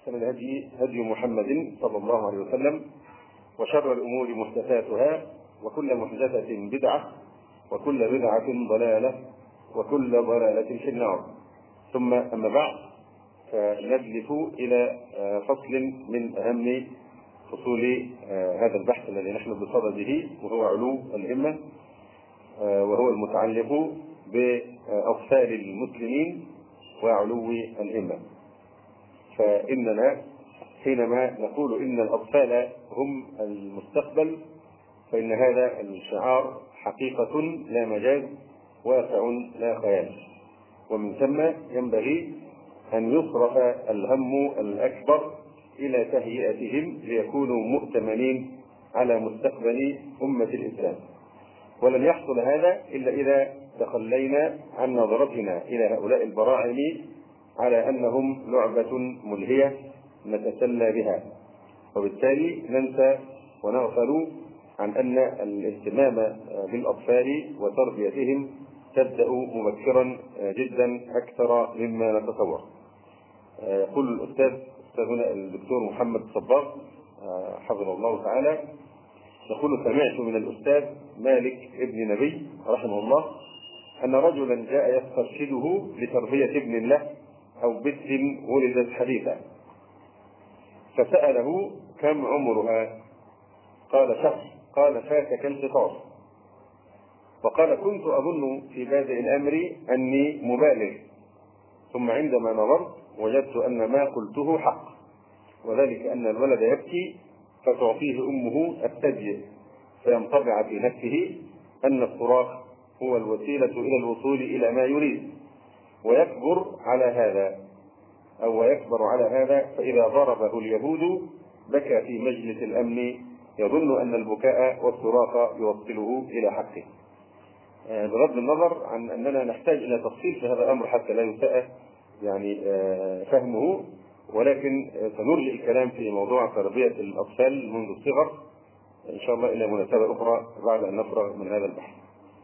أحسن الهدي هدي محمد صلى الله عليه وسلم، وشر الأمور محدثاتها، وكل محدثة بدعة، وكل بدعة ضلالة، وكل ضلالة في النار. ثم أما بعد، فنجلس إلى فصل من أهم فصول هذا البحث الذي نحن بصدده، وهو علو الهمة، وهو المتعلق بأطفال المسلمين وعلو الهمة. فإننا حينما نقول إن الأطفال هم المستقبل، فإن هذا الشعار حقيقة لا مجاز، واقع لا خيال، ومن ثم ينبغي أن يصرف الهم الأكبر إلى تهيئتهم ليكونوا مؤتمنين على مستقبل أمة الإسلام. ولن يحصل هذا إلا إذا تخلينا عن نظرتنا إلى هؤلاء البراعم على أنهم لعبة ملهية نتسلى بها، وبالتالي ننسى ونغفل عن أن الاهتمام بالأطفال وتربيتهم تبدأ مبكرا جدا أكثر مما نتصور. يقول أستاذنا الدكتور محمد صباغ حفظه الله تعالى، يقول: سمعت من الأستاذ مالك ابن نبي رحمه الله أن رجلا جاء يسترشده لتربية ابن له أو بنت ولدت حديثا، فسأله: كم عمرها؟ قال: شهر. قال: فاتك القطار. وقال: كنت أظن في بادئ الأمر أني مبالغ، ثم عندما نظرت وجدت أن ما قلته حق، وذلك أن الولد يبكي فتعطيه أمه الثدي، فينطبع في نفسه أن الصراخ هو الوسيلة إلى الوصول إلى ما يريد، ويكبر على هذا فإذا ضربه اليهود بكى في مجلس الأمن يظن أن البكاء والصراخ يوصله إلى حقه. بغض النظر عن أننا نحتاج إلى تفصيل في هذا الأمر حتى لا يساء فهمه، ولكن سنرجع الكلام في موضوع تربية الأطفال منذ الصغر إن شاء الله إلى مناسبة أخرى بعد أن نفرغ من هذا البحث.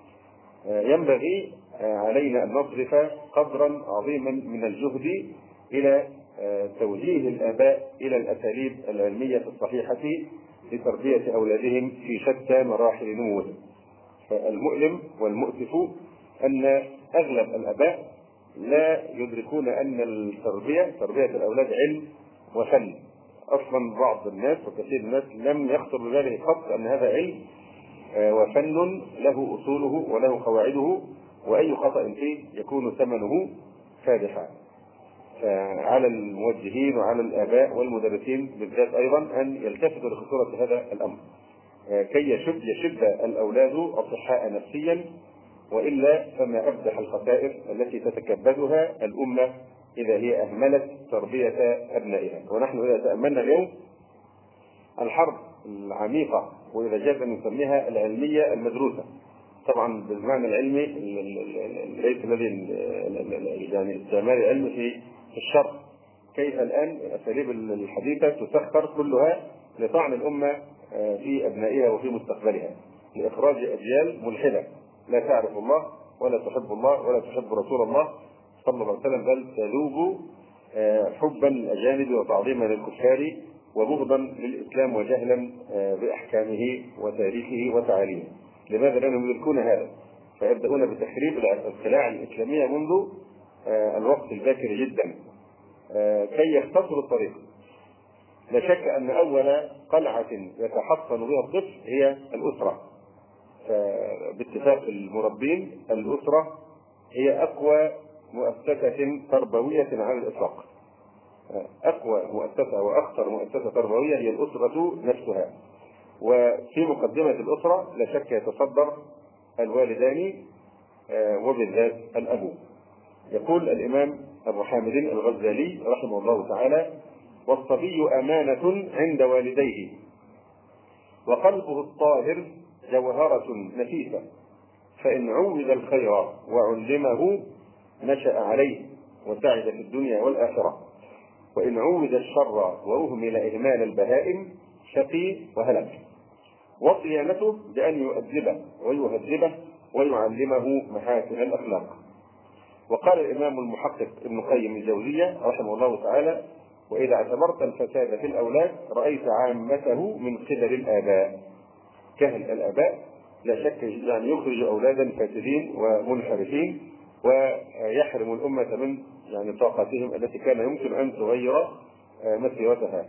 ينبغي علينا أن نصرف قدرا عظيما من الجهد إلى توجيه الآباء إلى الأساليب العلمية الصحيحة لتربية أولادهم في شتى مراحل نموهم. فالمؤلم والمؤسف أن أغلب الآباء لا يدركون أن تربية الأولاد علم وفن. أصلا بعض الناس وكثير من الناس لم يخطر بباله قط أن هذا علم وفن له أصوله وله قواعده، وأي خطأ فيه يكون ثمنه فادحا. فعلى الموجهين وعلى الآباء والمدرسين بالذات أيضا أن يلتفتوا لخطورة هذا الأمر كي يشب الأولاد أصحاء نفسيا، وإلا فما أبدح الخسائر التي تتكبدها الأمة إذا هي أهملت تربية أبنائها. ونحن إذا تأملنا اليوم الحرب العميقة، وإذا جاز أن نسميها العلمية المدروسة، طبعا بالمعنى العلمي ليس الذي يعني استعمال العلم في الشرق، كيف الآن الأساليب الحديثة تسخر كلها لطعن الأمة في أبنائها وفي مستقبلها، لإخراج أجيال ملحدة لا تعرف الله ولا تحب الله ولا تحب رسول الله صلى الله عليه وسلم، بل تذوب حبا للأجانب وتعظيما للكفار وبغضا للإسلام وجهلا بأحكامه وتاريخه وتعاليمه. لماذا لأنهم يدركون هذا؟ فيبدأون بتخريب القلاع الإسلامية منذ الوقت الباكر جدا كي يختصروا الطريق. لا شك أن أول قلعة يتحصن بها الطفل هي الأسرة. باتفاق المربين الأسرة هي أقوى مؤسسة تربوية على الإطلاق. أقوى مؤسسة وأخطر مؤسسة تربوية هي الأسرة نفسها، وفي مقدمة الأسرة لا شك يتصدر الوالدان وبالذات الأب. يقول الإمام أبو حامد الغزالي رحمه الله تعالى: والصبي أمانة عند والديه، وقلبه الطاهر جوهرة نفيسة، فإن عود الخير وعلمه نشأ عليه وسعد في الدنيا والآخرة، وإن عود الشر وأهمل إهمال البهائم شقي وهلك. وصيانته بأن يؤدبه ويهذبه ويعلمه محاسن الأخلاق. وقال الإمام المحقق ابن قيم الجوزية رحمه الله تعالى: وإذا اعتبرت الفساد في الأولاد رأيت عامته من قبل الآباء. كهل الآباء لا شك يعني يخرج أولادا فاسدين ومنحرفين، ويحرم الأمة من يعني طاقتهم التي كان يمكن أن تغير مسيرتها.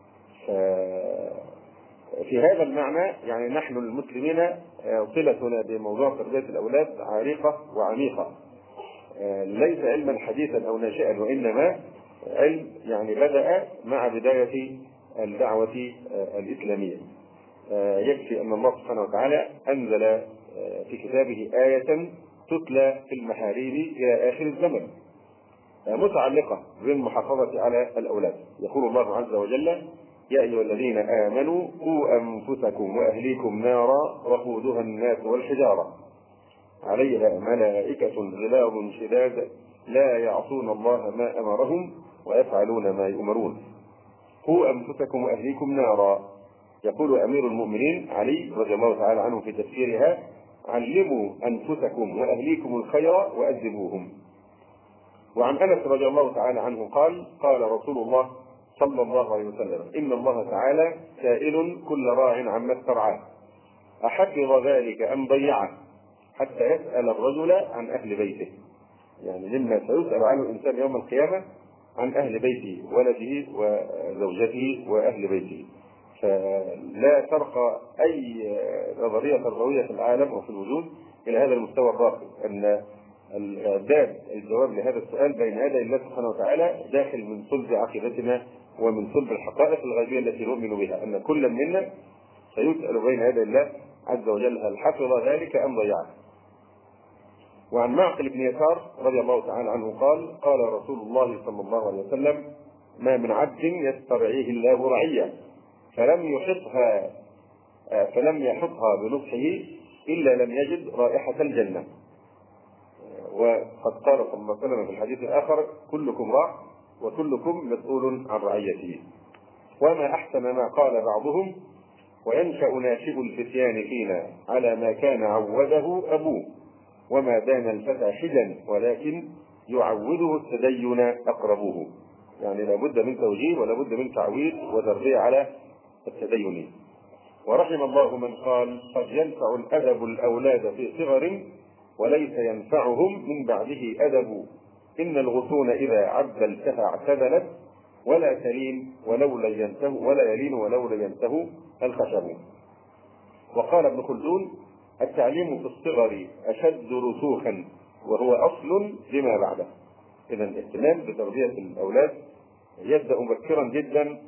في هذا المعنى يعني نحن المسلمين صلتنا بموضوع تربية الأولاد عريقة وعميقة، ليس علما حديثا أو ناشئا، وإنما علم يعني بدأ مع بداية الدعوة الإسلامية. يكفي أن الله سبحانه وتعالى أنزل في كتابه آية تتلى في المحاريب إلى آخر الزمن متعلقة بالمحافظة على الأولاد. يقول الله عز وجل: يا أيها الذين آمنوا قوا أنفسكم وأهليكم نارا وقودها الناس والحجارة عليها ملائكة غلاظ شداد لا يعصون الله ما أمرهم ويفعلون ما يؤمرون. قوا أنفسكم وأهليكم نارا. يقول أمير المؤمنين علي رضي الله تعالى عنه في تفسيرها: علموا أنفسكم وأهليكم الخير وأدبوهم. وعن أنس رضي الله تعالى عنه قال: قال رسول الله صلى الله عليه وسلم: إن الله تعالى سائل كل راع عما استرعاه أحفظ ذلك أم ضيعه، حتى يسأل الرجل عن أهل بيته. يعني مما سيسأل عنه الإنسان يوم القيامة عن أهل بيته، ولده وزوجته وأهل بيته. فلا ترقى أي نظرية تربوية في العالم وفي الوجود إلى هذا المستوى الراقي، أن الجواب لهذا السؤال بين يدي الله سبحانه وتعالى داخل من صلب عقيدتنا ومن صلب الحقائق الغيبية التي نؤمن بها، أن كل منا سيسأل بين يدي الله عز وجل هل حفظ ذلك أم ضيعه. وعن معقل بن يسار رضي الله تعالى عنه قال: قال رسول الله صلى الله عليه وسلم: ما من عبد يسترعيه الله رعية فلم يحطها بنصحه إلا لم يجد رائحة الجنة. وقد قال صلى الله عليه وسلم في الحديث الآخر: كلكم راع وكلكم مسؤول عن رعيته. وما أحسن ما قال بعضهم: وينشأ ناشئ الفتيان فينا على ما كان عوده أبوه، وما دان الفتى حجا ولكن يعوده التدين أقربوه. يعني لابد من توجيه ولابد من تعويد وتربية على التدين. ورحم الله من قال: قد ينفع الأدب الأولاد في صغر وليس ينفعهم من بعده أدب، إن الغصون إذا عدلتها اعتدلت ولا تلين ولولا ينته الخشب. وقال ابن خلدون: التعليم في الصغر أشد رسوخا وهو أصل لما بعده. إذا الاهتمام بتربية الأولاد يبدأ مبكرا جدا،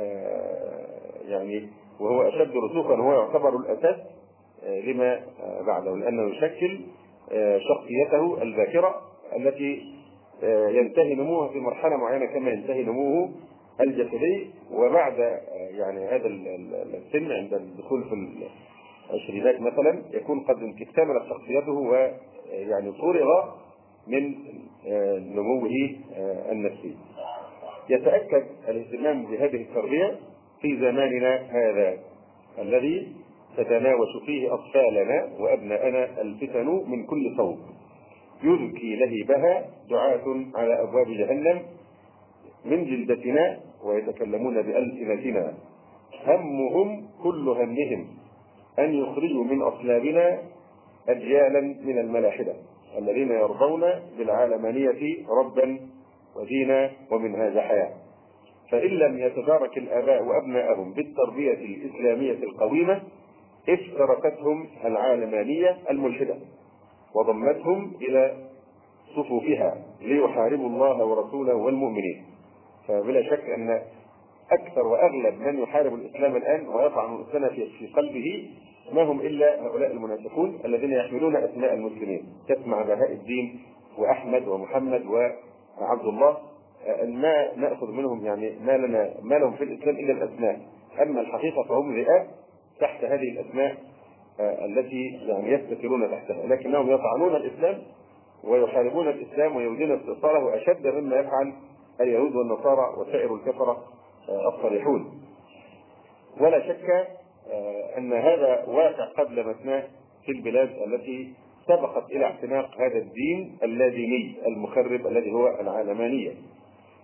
يعني وهو أشد رسوخا، هو يعتبر الأساس لما بعده، لأنه يشكل شخصيته الذاكرة التي ينتهي نموها في مرحلة معينة كما ينتهي نموه الجسدي. وبعد يعني هذا السن عند الدخول في العشرينات مثلا يكون قد اكتملت شخصيته ويعني فرغ من نموه النفسي. يتأكد الاهتمام بهذه التربية في زماننا هذا الذي تتناوش فيه أطفالنا وأبناءنا الفتن من كل صوب، يذكي لهبها دعاة على أبواب جهنم من جلدتنا ويتكلمون بألسنتنا، همهم كل همهم أن يخرجوا من أصلابنا أجيالا من الملاحدة الذين يرضون بالعالمانية ربا ودينا ومنهاج حياة. فإن لم يتدارك الآباء وأبناءهم بالتربية الإسلامية القويمة افترقتهم العالمانية الملحدة وضمتهم إلى صفوفها ليحاربوا الله ورسوله والمؤمنين. فبلا شك أن أكثر وأغلب من يحارب الإسلام الآن ويطعن الإسلام في قلبه ما هم إلا هؤلاء المنافقون الذين يحملون أسماء المسلمين، تسمع بهاء الدين وأحمد ومحمد وعبد الله، ما نأخذ منهم يعني ما لهم في الإسلام إلا الأسماء، أما الحقيقة فهم ذئاب تحت هذه الأسماء التي يعني يستترون تحتها، لكنهم يطعنون الإسلام ويحاربون الإسلام ويريدون استئصاله أشد مما يفعل اليهود والنصارى وسائر الكفرة الصريحون. ولا شك أن هذا واقع قبل مثناه في البلاد التي سبقت إلى اعتناق هذا الدين اللاديني المخرب الذي هو العالمانية.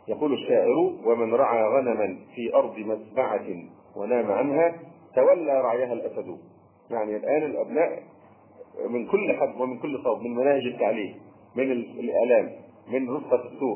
يقول الشاعر: ومن رعى غنما في أرض مسبعة ونام عنها تولى رعيها الأسد. يعني الآن الأبناء من كل حد ومن كل صوب، من مناهج التعليم، من الإعلام، من رفقة السوق،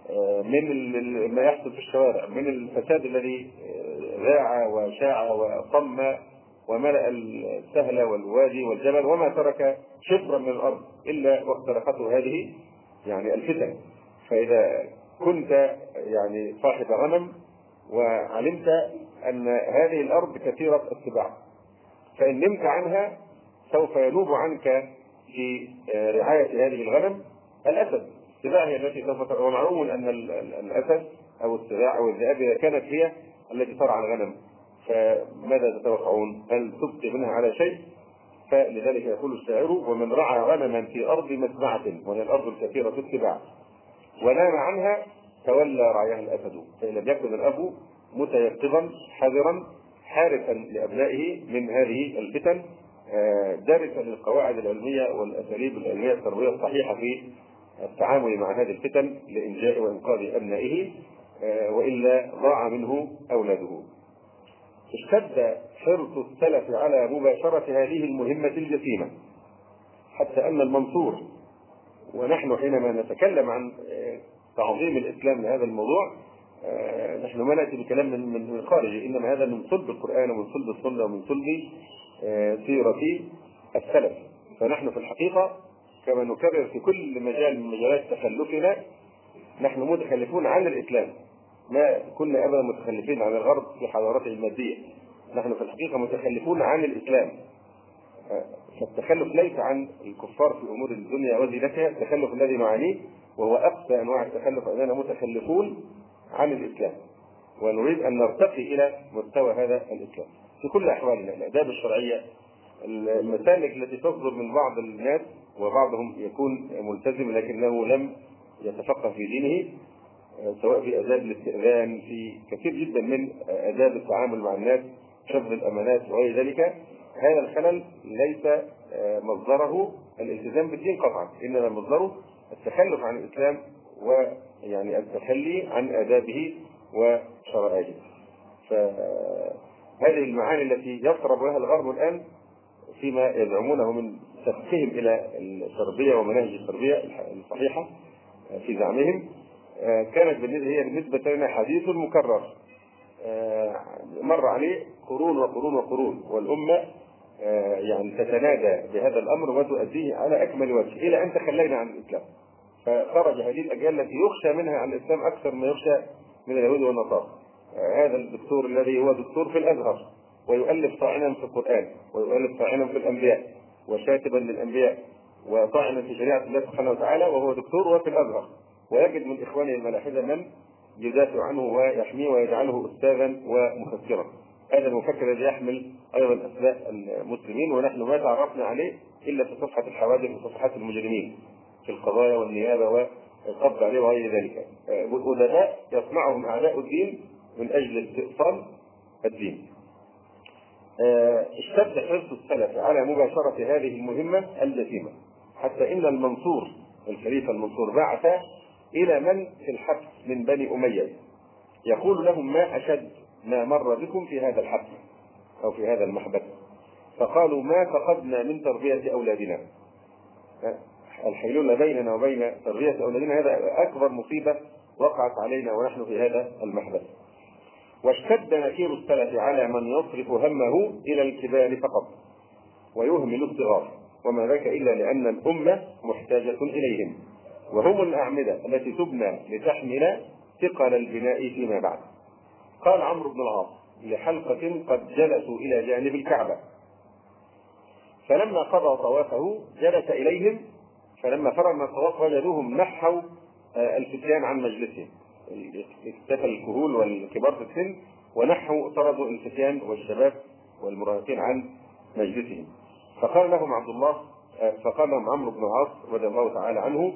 من ما يحصل في الشوارع، من الفساد الذي ذاع وشاع وطم وملأ السهل والوادي والجبل، وما ترك شبرا من الأرض إلا واخترقته هذه يعني الفتن. فإذا كنت يعني صاحب غنم وعلمت أن هذه الأرض كثيرة السباع، فإن نمت عنها سوف ينوب عنك في رعاية هذه الغنم الأسد. السباع هي التي سوف ومعلوم أن الأسد أو السباع أو الذئاب إذا كانت هي التي ترعى الغنم فماذا تتوقعون؟ هل تبقي منها على شيء؟ فلذلك يقول الشاعر: ومن رعى غنما في أرض مسبعة، وهي الأرض الكثيرة السباع، ونام عنها تولى رعيها الأسد. فإن لم يكن الأب متيقظا حذرا حارسا لأبنائه من هذه الفتن، دارسا للقواعد العلمية والأساليب العلمية التربوية الصحيحة في التعامل مع هذه الفتن لإنجاء وإنقاذ أبنائه، وإلا ضاع منه أولاده. اشتد حرص السلف على مباشرة هذه المهمة الجسيمة، حتى أن المنصور، ونحن حينما نتكلم عن تعظيم الإسلام لهذا الموضوع نحن ما نأتي بكلام من خارج، إنما هذا من صلب القرآن ومن صلب السنة ومن صلب سيرة السلف. فنحن في الحقيقة كما نكرر في كل مجال من مجالات تخلفنا نحن متخلفون عن الإسلام، ما كنا أبدا متخلفين عن الغرب في حضارته المادية، نحن في الحقيقة متخلفون عن الإسلام. فالتخلف ليس عن الكفار في أمور الدنيا وزينتها، التخلف الذي نعانيه وهو أقصى أنواع التخلف أننا متخلفون عن الإسلام، ونريد أن نرتقي إلى مستوى هذا الإسلام في كل أحوالنا. الآداب الشرعية، المسالك التي تصدر من بعض الناس وبعضهم يكون ملتزم لكنه لم يتفقه في دينه، سواء في آداب الاستئذان، في كثير جدا من آداب التعامل مع الناس، حفظ الأمانات وغير ذلك، هذا الخلل ليس مصدره الالتزام بالدين قطعا، إنما مصدره التخلف عن الإسلام ويعني التخلي عن آدابه وشرائعه. فهذه المعاني التي يقرب لها الغرب الآن فيما يزعمونه من تفقيهم إلى التربية ومناهج التربية الصحيحة في زعمهم، كانت هي بالنسبة لنا حديث مكرر مر عليه قرون وقرون وقرون، والأمة يعني تتنادى بهذا الأمر وتؤديه على أكمل وجه إلى أن تخلينا عن الإسلام. فخرج هذه الأجيال التي يخشى منها عن الإسلام أكثر ما يخشى من اليهود والنصارى. هذا الدكتور الذي هو دكتور في الأزهر ويؤلف طاعنا في القرآن ويؤلف طاعنا في الأنبياء وشاتبا للأنبياء وطاعنا في شريعة الله سبحانه وتعالى وهو دكتور وفي الأزهر، ويجد من إخوانه الملاحدة من يدافع عنه ويحميه ويجعله أستاذا ومفكرا. هذا المفكر الذي يحمل أيضا أسماء المسلمين، ونحن ما تعرفنا عليه إلا في صفحة الحوادث وصفحات المجرمين في القضايا والنيابة والقبض عليه وغير ذلك. أدباء يصنعهم أعداء الدين من أجل استئصال الدين. اشتد حرص السلف على مباشرة هذه المهمة الجسيمة، حتى إن المنصور الخليفة المنصور بعث إلى من في الحبس من بني أمية يقول لهم: ما أشد ما مر بكم في هذا الحبس أو في هذا المحبس؟ فقالوا: ما فقدنا من تربية أولادنا. الحيلولة بيننا وبين تربية أولادنا هذا أكبر مصيبة وقعت علينا ونحن في هذا المحبس. واشتد نكير السلف على من يصرف همه إلى الكبار فقط ويهمل الصغار، وما ذاك إلا لأن الأمة محتاجة إليهم، وهم الأعمدة التي تبنى لتحمل ثقل البناء فيما بعد. قال عمرو بن العاص لحلقة قد جلسوا إلى جانب الكعبة، فلما قضى طوافه جلس إليهم، فلما فرغ من الطواف وجدوهم نحوا الفتيان عن مجلسهم، اكتفى الكهول والكبار في السن ونحوا طردوا الفتيان والشباب والمراهقين عن مجلسهم. فقال لهم عمرو بن العاص رضي الله تعالى عنه: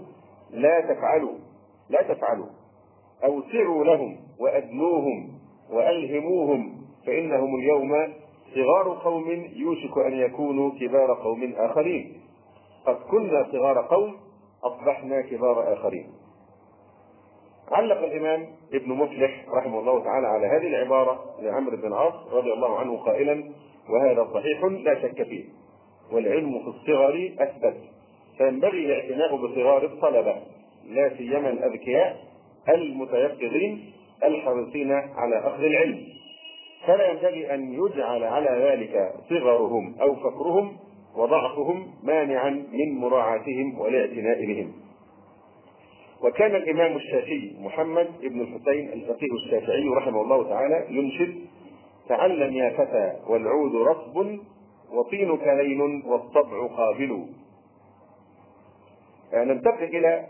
لا تفعلوا، أوسعوا لهم وأدنوهم وألهموهم، فإنهم اليوم صغار قوم يوشك أن يكونوا كبار قوم آخرين، قد كنا صغار قوم أصبحنا كبار آخرين. علق الإمام ابن مفلح رحمه الله تعالى على هذه العبارة لعمرو بن العاص رضي الله عنه قائلا: وهذا صحيح لا شك فيه، والعلم في الصغر أثبت، فينبغي الاعتناء بصغار الطلبة لا سيما الأذكياء المتيقظين الحريصين على أخذ العلم، فلا ينبغي أن يجعل على ذلك صغرهم أو فقرهم وضعفهم مانعا من مراعاتهم والاعتناء بهم. وكان الإمام الشافعي محمد بن الحسين الفقيه الشافعي رحمه الله تعالى ينشد: تعلم يا فتى والعود رطب وطينك لين والطبع قابل. ننتقل إلى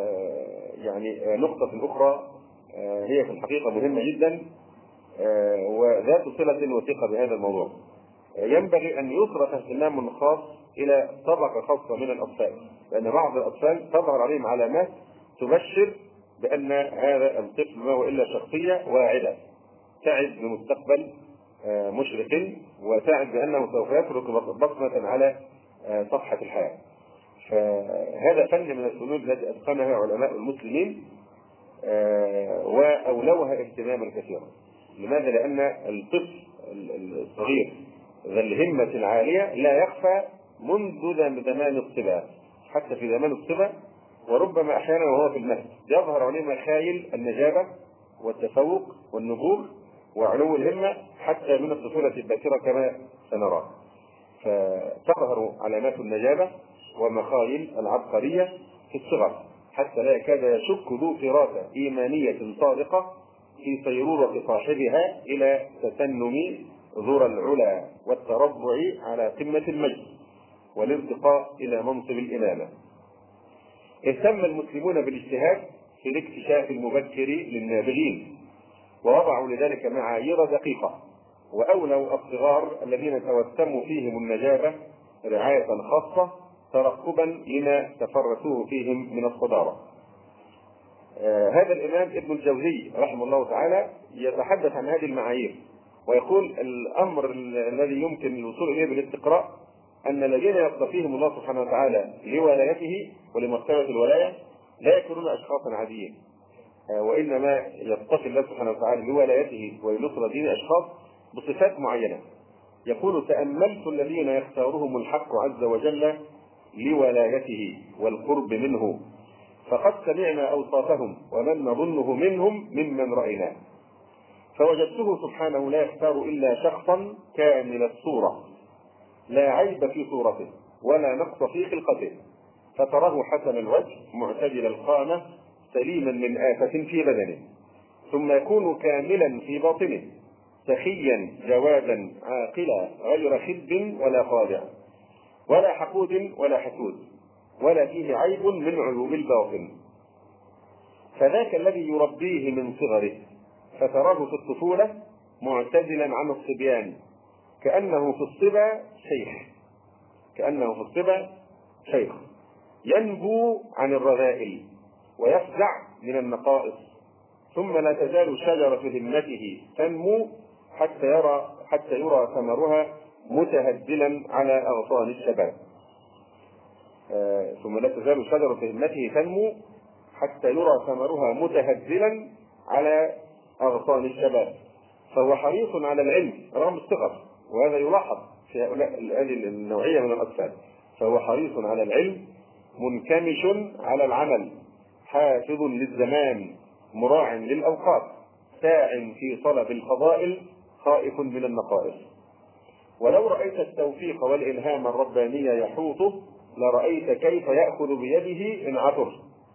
نقطة أخرى هي في الحقيقة مهمة جدا وذات صلة وثيقة بهذا الموضوع. ينبغي أن يصرف اهتمام خاص إلى طبقة خاصة من الأطفال، لأن بعض الأطفال تظهر عليهم علامات تبشر بأن هذا الطفل ما هو إلا شخصية واعدة تعد بمستقبل مشرق، وتعد بأنه سوف يترك بصمة على صفحة الحياة. فهذا فن من الفنون التي أتقنها علماء المسلمين وأولوها اهتماما كثيرا. لماذا؟ لأن الطفل الصغير ذا الهمة العالية لا يخفى منذ زمان الصبا، حتى في زمان الصبا وربما أحيانا وهو في المهد يظهر عليه مخايل النجابة والتفوق والنبوغ وعلو الهمة حتى من الطفولة الباكرة كما سنرى. فتظهر علامات النجابة ومخايل العبقرية في الصغر حتى لا يكاد يشك ذو فراسة إيمانية صادقة في صيرورة صاحبها إلى تسنم ذرى العلا والتربع على قمة المجد والارتقاء إلى منصب الإمامة. اهتم المسلمون بالاجتهاد في الاكتشاف المبكر للنابغين، ووضعوا لذلك معايير دقيقة، وأولوا الصغار الذين توسموا فيهم النجابة رعاية خاصة ترقبا لما تفرسوه فيهم من الصدارة. هذا الإمام ابن الجوزي رحمه الله تعالى يتحدث عن هذه المعايير ويقول: الأمر الذي يمكن الوصول إليه بالاستقراء أن الذين يصطفيهم الله سبحانه وتعالى لولايته ولمرتبة الولاية لا يكونون أشخاصا عاديين، وإنما يصطفي الله سبحانه وتعالى لولايته ولنصر دين أشخاص بصفات معينة. يقول: تأملت الذين يختارهم الحق عز وجل لولايته والقرب منه، فقد سمعنا أوصافهم ومن نظنه منهم ممن رأيناه، فوجدته سبحانه لا يختار إلا شخصا كامل الصورة لا عيب في صورته ولا نقص في خلقته، فتراه حسن الوجه معتدل القامة سليما من آفة في بدنه، ثم يكون كاملا في باطنه سخيا جوادا عاقلا غير خب ولا خادع ولا حقود ولا حسود ولا فيه عيب من عيوب الباطن، فذاك الذي يربيه من صغره، فتراه في الطفولة معتزلا عن الصبيان كأنه في الصبا شيخ ينبو عن الرذائل ويفزع من النقائص، ثم لا تزال شجرة همته تنمو حتى يرى ثمرها متهدلا على أغصان الشباب. ثم لا تزال شجرة همته تنمو حتى يرى ثمرها متهدلا على أغصان الشباب، فهو حريص على العلم رغم الصغر، وهذا يلاحظ في هذه النوعية من الأطفال. فهو حريص على العلم منكمش على العمل حافظ للزمان مراع للأوقات ساع في طلب الفضائل خائف من النقائص. ولو رأيت التوفيق والإلهام الرباني يحوطه لرأيت كيف يأخذ بيده إن عثر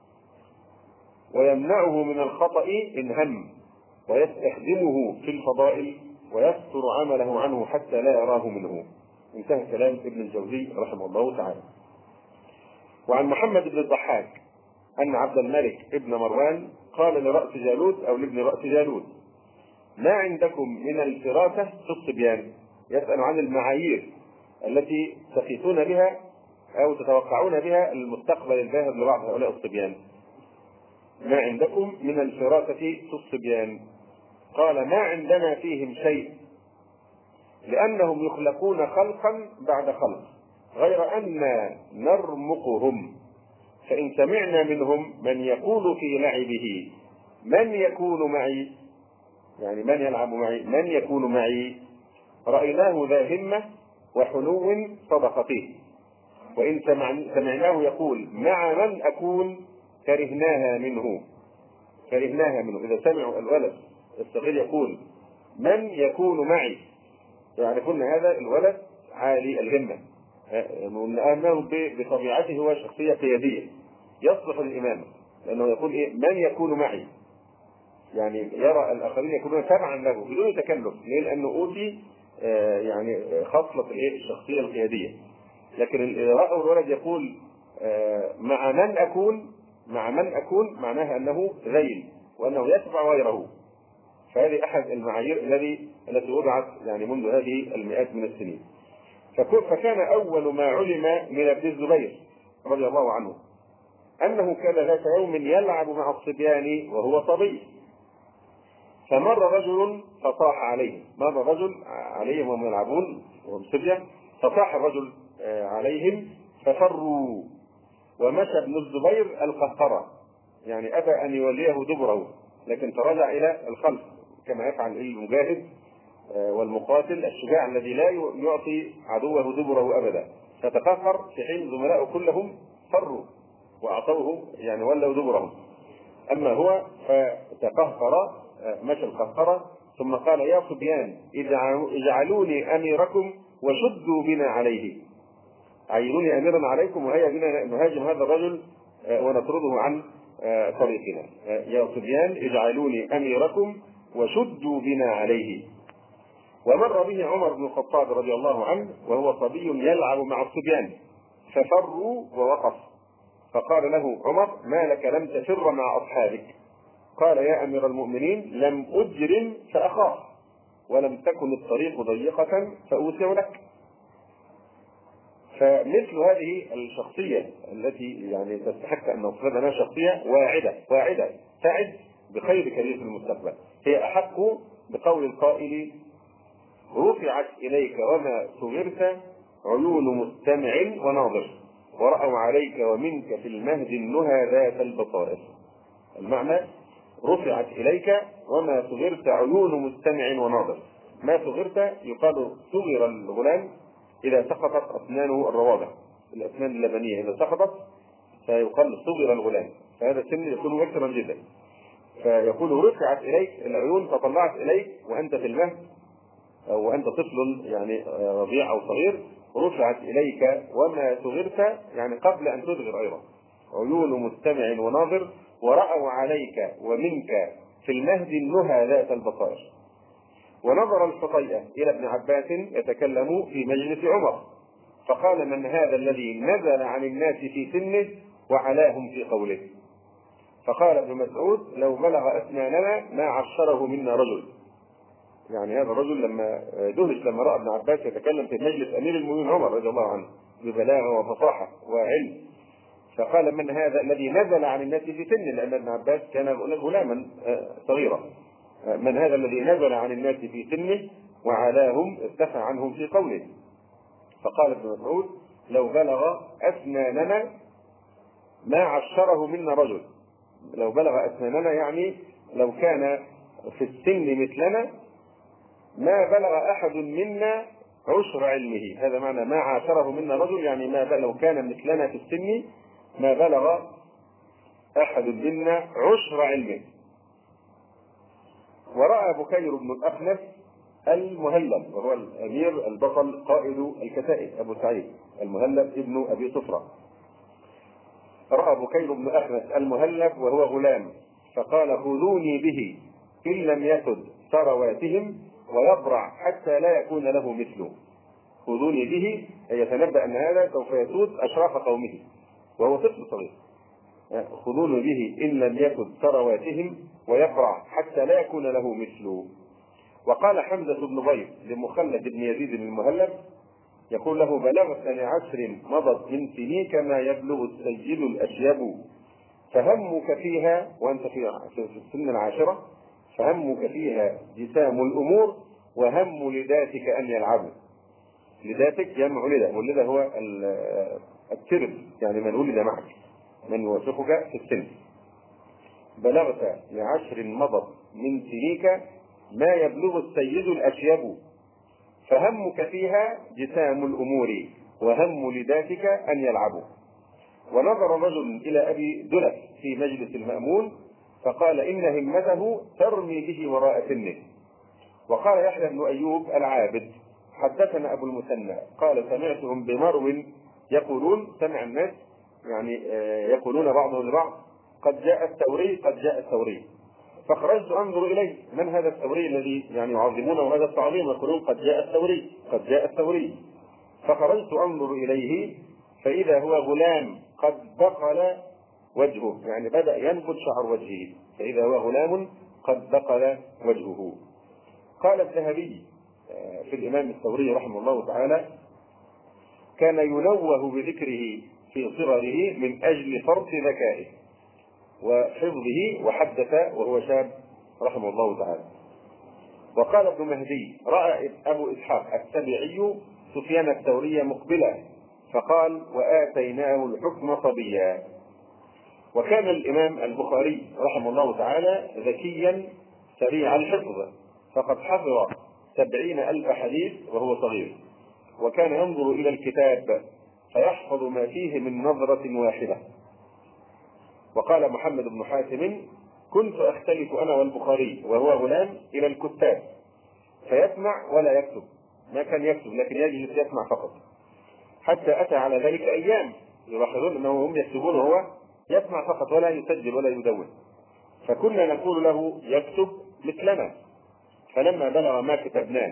ويمنعه من الخطأ إن هم ويستخدمه في الفضائل ويستر عمله عنه حتى لا يراه منه. انتهى كلام ابن الجوزي رحمه الله تعالى. وعن محمد بن الضحاك أن عبد الملك ابن مروان قال لرأس جالوت أو لابن رأس جالوت: ما عندكم من الفراسة في الصبيان؟ يسأل عن المعايير التي تقيسون بها أو تتوقعون بها المستقبل الباهر لبعض هؤلاء الصبيان. ما عندكم من الفراسة في الصبيان؟ قال: ما عندنا فيهم شيء، لأنهم يخلقون خلقا بعد خلق، غير أن نرمقهم، فإن سمعنا منهم من يقول في لعبه من يكون معي، يعني من يلعب معي، من يكون معي، رأيناه ذا همة وحنو صدقته، وإن سمعناه يقول مع من أكون كرهناها منه. كرهناها منه، إذا سمعوا الولد الصغير يقول من يكون معي، يعرفون هذا الولد عالي الهمة، أنه بطبيعته هو شخصية قيادية يصلح للإمامة، لأنه يقول إيه من يكون معي، يعني يرى الآخرين يكونون تبعا له بدون تكلف، لأنه أوتي يعني خصلة الشخصية القيادية. لكن إذا رأوا الولد يقول مع من أكون، مع من أكون معناها أنه ذيل وأنه يتبع غيره. فهذه أحد المعايير التي وضعت يعني منذ هذه المئات من السنين. فكان أول ما علم من ابن الزبير رضي الله عنه أنه كان ذات يوم يلعب مع الصبيان وهو صبي، فمر رجل فصاح عليه، مر رجل عليهم وهم يلعبون وهم صبيان، فصاح الرجل عليهم ففروا، ومشى ابن الزبير القهقرة، يعني أبى أن يوليه دبره لكن تراجع إلى الخلف كما يفعل المجاهد والمقاتل الشجاع الذي لا يعطي عدوه دبره أبدا، فتقهقر في حين زملائه كلهم فروا وأعطوه يعني ولوا دبرهم، أما هو فتقهقر مشى القهقرة، ثم قال يا صبيان اجعلوني أميركم وشدوا بنا عليه، عينوني أميرا عليكم وهيا بنا نهاجم هذا الرجل ونطرده عن طريقنا. يا صبيان اجعلوني أميركم وشدوا بنا عليه. ومر به عمر بن الخطاب رضي الله عنه وهو صبي يلعب مع الصبيان ففروا ووقف، فقال له عمر ما لك لم تفر مع أصحابك؟ قال يا أمير المؤمنين لم أجرم فأخاف، ولم تكن الطريق ضيقة فأوسع لك. فمثل هذه الشخصية التي يعني تستحق أن نوصف لها شخصية واعدة تعد بخير كبير في المستقبل، هي أحق بقول القائل رفعت إليك وما صغرت عيون مستمع وناظر، ورأوا عليك ومنك في المهد النهى ذات البصائر. المعنى رفعت إليك وما صغرت عيون مستمع وناظر. ما صغرت يقال صغر الغلام إذا سقطت أسنانه الروابع، الأسنان اللبنية إذا سقطت فيقال صغر الغلام، فهذا السن يكون مكثرا جدا. فيقول رفعت إليك العيون تطلعت إليك وأنت في المهد أو أنت طفل يعني رضيع أو صغير، رفعت إليك وما صغرت يعني قبل أن تصغر أيضا عيون مستمع وناظر، ورأوا عليك ومنك في المهد النهى ذات البصائر. ونظر الفطيئة إلى ابن عباس يتكلم في مجلس عمر فقال من هذا الذي نزل عن الناس في سنه وعلاهم في قوله؟ فقال ابن مسعود لو بلغ أسناننا ما عشره منا رجل، يعني هذا الرجل لما دهش لما رأى ابن عباس يتكلم في مجلس أمير المؤمنين عمر رضي الله عنه ببلاغة وفصاحة وعلم، فقال من هذا الذي نزل عن الناس في سنه، لأن ابن عباس كان غلاما صغيرا، من هذا الذي نزل عن الناس في سنه وعلاهم ارتفع عنهم في قوله؟ فقال ابن مسعود لو بلغ أسناننا ما عشره منا رجل، لو بلغ أسناننا يعني لو كان في السن مثلنا ما بلغ أحد منا عشر علمه، هذا معنى ما عاشره منا رجل، يعني ما لو كان مثلنا في السن ما بلغ أحد منا عشر علمه. ورأى بكير بن الأخنس المهلب وهو الأمير البطل قائد الكتائب أبو سعيد المهلب ابن أبي صفرة، رأى بكير بن أخنس المهلب وهو غلام فقال خذوني به إن لم يسد ثرواتهم ويبرع حتى لا يكون له مثله. خذوني به أي يتنبأ أن هذا سوف يسود أشراف قومه وهو طفل صغير، خذوني به إن لم يسد ثرواتهم ويبرع حتى لا يكون له مثله. وقال حمزة بن ضيف لمخلد بن يزيد المهلب يقول له بلغت 12 مضت من سنيك ما يبلغ السيد الأشيب، فهمك فيها وأنت في السن العاشرة فهمك فيها جسام الأمور وهم لذاتك أن يلعبوا. لذاتك جمع لدى، واللدى هو الترب يعني من ولد معك من يوافقك في السن. بلغت ل10 مضت من سنيك ما يبلغ السيد الأشيب، فهمك فيها جسام الأمور وهم لذاتك أن يلعبوا. ونظر رجل إلى أبي دلف في مجلس المأمون فقال إن همته ترمي به وراء سنه. وقال يحيى بن أيوب العابد حدثنا أبو المثنى قال سمعتهم بمرو يقولون، سمع الناس يعني يقولون بعضهم لبعض قد جاء الثوري قد جاء الثوري، فخرجت أنظر إليه من هذا الثوري الذي يعني يعظمونه هذا التعظيم، يقولون قد جاء الثوري قد جاء الثوري. فخرجت أنظر إليه فإذا هو غلام قد بقل وجهه، يعني بدأ ينبت شعر وجهه، فإذا هو غلام قد بقل وجهه. قال الذهبي في الإمام الثوري رحمه الله تعالى كان ينوه بذكره في صغره من أجل فرط ذكائه وحفظه، وحدث وهو شاب رحمه الله تعالى. وقال ابن مهدي رأى أبو إسحاق السبيعي سفيان الثوري مقبلا فقال وآتيناه الحكم صبيا. وكان الإمام البخاري رحمه الله تعالى ذكيا سريع الحفظ، فقد حفظ 70,000 حديث وهو صغير، وكان ينظر إلى الكتاب فيحفظ ما فيه من نظرة واحدة. وقال محمد بن حاتم كنت أختلف أنا والبخاري وهو غلام إلى الكتاب فيسمع ولا يكتب، ما كان يكتب لكن يجلس يسمع فقط، حتى أتى على ذلك أيام يلاحظون أنهم هم يكتبون وهو يسمع فقط ولا يسجل ولا يدون، فكنا نقول له يكتب مثلنا. فلما بلغ ما كتبناه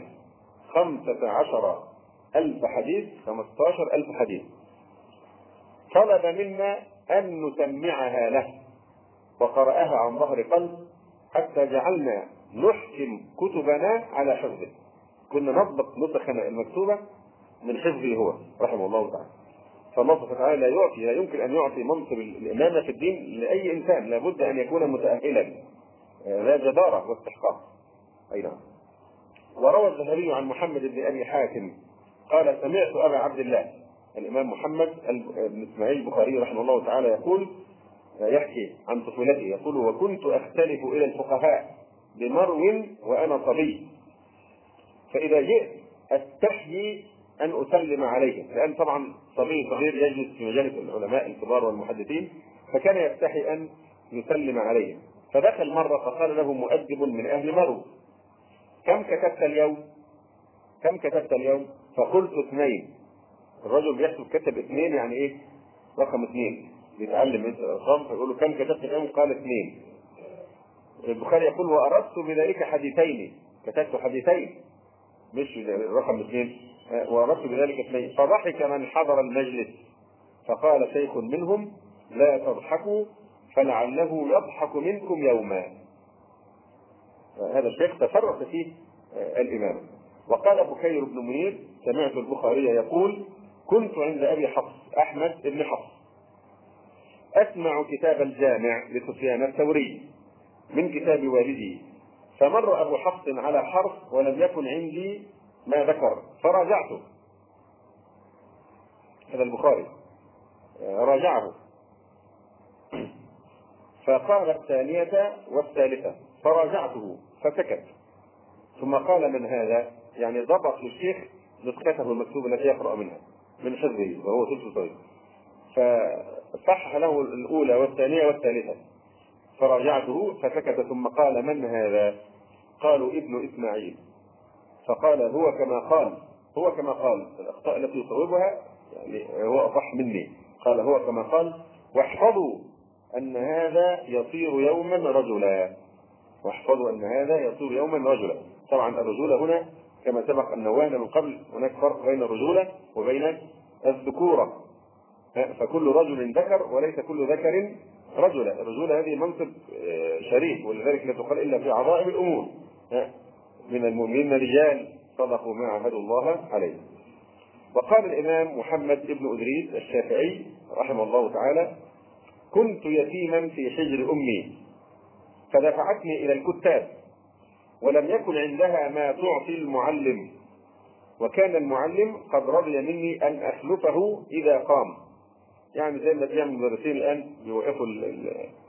15,000 حديث 15,000 حديث طلب منا أن نسمعها له، وقرأها عن ظهر قلب حتى جعلنا نحكم كتبنا على حفظه، كنا نضبط نسخنا المكتوبة من حفظه هو رحمه الله تعالى. فالله سبحانه وتعالى لا يمكن أن يعطي منصب الإمامة في الدين لأي إنسان، لابد أن يكون متأهلا ذا جدارة واستحقاق. أي نعم. وروى الذهبي عن محمد بن أبي حاتم قال سمعت أبا عبد الله الإمام محمد بن إسماعيل البخاري رحمه الله تعالى يقول يحكي عن طفولته يقول وكنت أختلف إلى الفقهاء بمرو وأنا صبي، فإذا جئت أستحيي أن أسلم عليهم، لأن طبعا صبي صغير يجلس في مجالس العلماء الكبار والمحدثين، فكان يستحي أن يسلم عليهم. فدخل مرة فقال له مؤدب من أهل مرو كم كتبت اليوم؟ كم كتبت اليوم؟ فقلت 2. الرجل بيحسب كتب 2 يعني إيه؟ رقم 2 بيتعلم انت الارقام، فيقول له كم كتبت اليوم؟ قال 2. البخاري يقول واردت بذلك حديثين، كتبت حديثين مش رقم 2، واردت بذلك 2. فضحك من حضر المجلس فقال شيخ منهم لا تضحكوا فلعله يضحك منكم يوما. هذا الشيخ تفرق فيه الامام. وقال بكير بن منير سمعت البخاري يقول كنت عند ابي حفص احمد بن حفص أسمع كتاب الجامع لسفيان الثوري من كتاب والدي، فمر أبو حفص على حرف ولم يكن عندي ما ذكر فراجعته. هذا البخاري راجعه فقال 2 والثالثة فراجعته فسكت، ثم قال من هذا؟ يعني ضبط للشيخ نسخته المكتوبة التي يقرأ منها من حفظه وهو ثلث صغير، فصحح له الأولى والثانية والثالثة فراجعته فسكت، ثم قال من هذا؟ قالوا ابن إسماعيل، فقال هو كما قال الأخطاء التي يصوبها يعني هو أصح مني، قال هو كما قال واحفظوا أن هذا يصير يوما رجلا، واحفظوا أن هذا يصير يوما رجلا. طبعا الرجولة هنا كما سبق أن نوهنا من قبل هناك فرق بين الرجولة وبين الذكورة، فكل رجل ذكر وليس كل ذكر رجلا. الرجولة هذه منصب شريف، ولذلك لا تقال إلا في عظائم الأمور. من المؤمنين رجال صدقوا ما عاهدوا الله عليه. وقال الإمام محمد بن إدريس الشافعي رحمه الله تعالى كنت يتيما في حجر أمي فدفعتني إلى الكتاب ولم يكن عندها ما تعطي المعلم، وكان المعلم قد رضي مني أن أخلفه إذا قام، يعني زي ما بيعمل المدرسين الآن بيوقفوا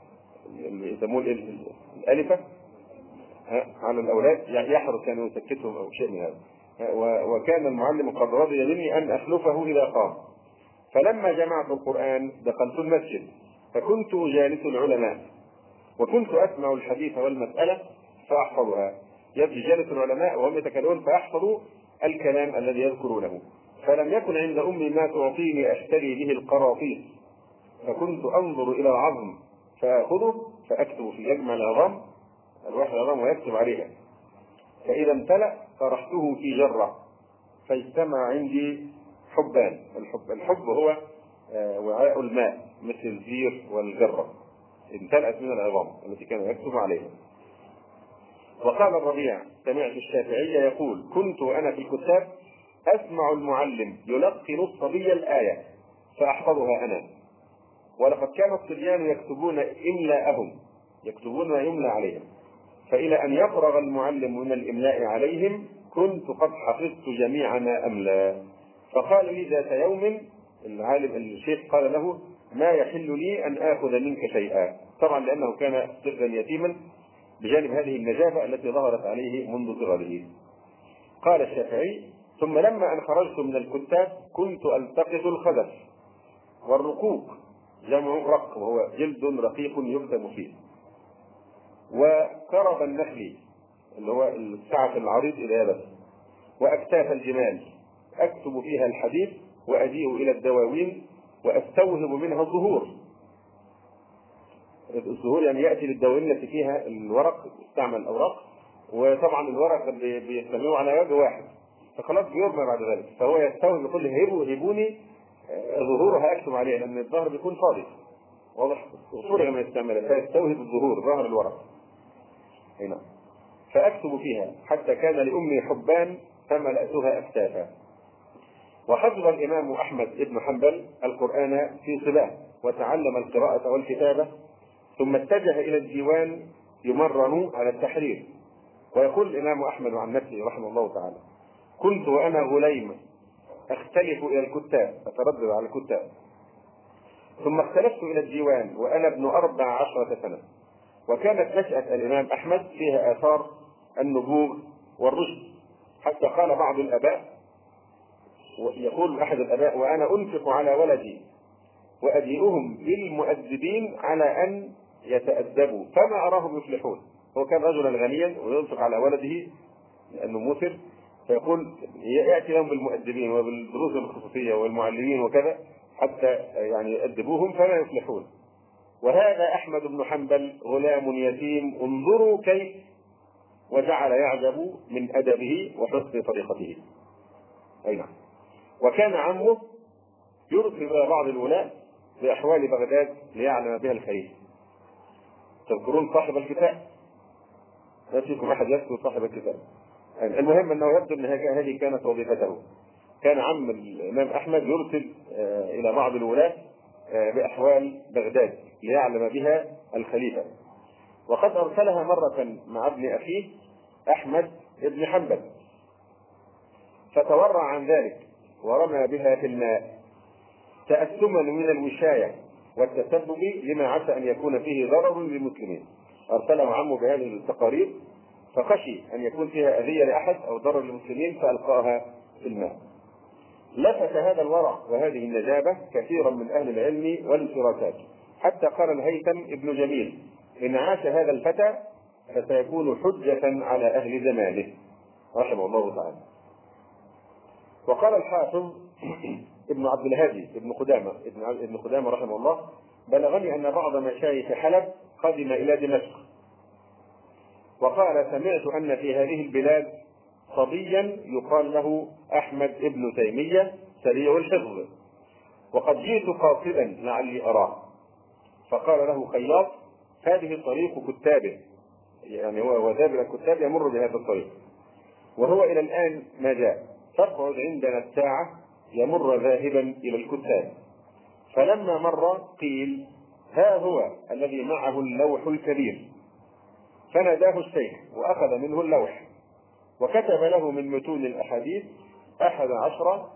اللي يسموه الالفه على الاولاد، يعني يحرص يعني يسكتهم او شيء من هذا. وكان المعلم قد رضي مني ان اخلفه اذا قام. فلما جمعت القران دخلت المسجد فكنت اجالس العلماء وكنت اسمع الحديث والمساله فاحفظها. يجي جالس العلماء وهم يتكلمون فاحفظوا الكلام الذي يذكرونه. فلم يكن عند امي ما تعطيني اشتري به القراطيس، فكنت انظر الى العظم فاخذه فاكتب في يجمع العظام الواح العظام ويكتب عليها، فاذا امتلأ طرحته في جره فاجتمع عندي حبان. الحب هو وعاء الماء مثل الزير والجره، امتلأت من العظام التي كان يكتب عليها. وقال الربيع سمعت الشافعي يقول كنت انا في الكتاب اسمع المعلم يلقن الصبي الايه فاحفظها انا، ولقد كان الصبيان يكتبون املاءهم، يكتبون ما يملى عليهم، فإلى أن يفرغ المعلم من الإملاء عليهم كنت قد حفظت جميع ما أملى. فقال لي ذات يوم العالم الشيخ قال له ما يحل لي أن آخذ منك شيئا، طبعا لأنه كان طفلا يتيما بجانب هذه النجابة التي ظهرت عليه منذ صغره. قال الشافعي ثم لما أن خرجت من الكتاب كنت ألتقط الخدف والرقوق، جمع رق وهو جلد رقيق يكتب فيه، وكرب النخل اللي هو السعف العريض إلى يبس، وأكتاف الجمال أكتب فيها الحديث وأجيء إلى الدواوين وأستوهب منها الظهور. الظهور يعني يأتي للدواوين التي فيها الورق، يستعمل الأوراق، وطبعا الورق بيستعملوه على وجه واحد فخلاص بيرمى بعد ذلك، فهو يستوهب يقول هيبوني ظهورها أكتب عليها لأن الظهر بيكون فاضي واضح الصورة لما يستعملها، فيستوهب الظهور ظهر الورق هنا فأكتب فيها حتى كان لأمي حبان فملأتها أكتافا. وحفظ الإمام أحمد بن حنبل القرآن في صباه وتعلم القراءة والكتابة ثم اتجه إلى الديوان يمرن على التحرير. ويقول الإمام أحمد عن نفسه رحمه الله تعالى كنت وأنا غليم أختلف إلى الكتاب أتردد على الكتاب ثم اختلفت إلى الديوان وأنا ابن 14 سنة. وكانت نشأة الإمام أحمد فيها آثار النبوغ والرشد، حتى قال بعض الآباء يقول أحد الآباء وأنا أنفق على ولدي وأجيئهم بالمؤدبين على أن يتأدبوا فما أراهم يفلحون. هو كان رجلا غنيا وينفق على ولده لأنه مثل، فيقول يأتي لهم بالمؤدبين وبالدروس الخصوصية والمعلمين وكذا حتى يعني يؤدبوهم فما يفلحون. وهذا أحمد بن حنبل غلام يتيم انظروا كيف، وجعل يعجب من أدبه وحسن طريقته. أي نعم. وكان عمه يرسل إلى بعض الولاة بأحوال بغداد ليعلم بها الخير. تذكرون صاحب الكتاب؟ لا فيكم أحد يذكر صاحب الكتاب. يعني المهم أنه يبدو أن هذه كانت وظيفته. كان عم الإمام أحمد يرسل إلى بعض الولاة بأحوال بغداد ليعلم بها الخليفة. وقد أرسلها مرة مع ابن أخيه أحمد بن حنبل فتورع عن ذلك ورمى بها في الماء تأثما من الوشاية والتسبب لما عسى أن يكون فيه ضرر للمسلمين. أرسله عمه بهذه التقارير فخشي أن يكون فيها أذية لأحد أو ضرر للمسلمين فألقاها في الماء. لفت هذا الورع وهذه النجابة كثيرا من أهل العلم والفراسات حتى قال الهيثم ابن جميل إن عاش هذا الفتى فسيكون حجة على أهل زمانه رحمه الله تعالى. وقال الحافظ ابن عبد الهادي ابن قدامة رحمه الله بلغني أن بعض مشايخ حلب قدم إلى دمشق وقال سمعت أن في هذه البلاد صبيا يقال له أحمد ابن تيمية سريع الحفظ وقد جئت قاصدا لعلي أراه. فقال له خياط هذه طريق كتابه، يعني هو ذاهب إلى الكتاب يمر بهذا الطريق وهو إلى الآن ما جاء، فاقعد عندنا الساعة يمر ذاهبا إلى الكتاب. فلما مر قيل ها هو الذي معه اللوح الكبير، فناداه الشيخ وأخذ منه اللوح وكتب له من متون الأحاديث 11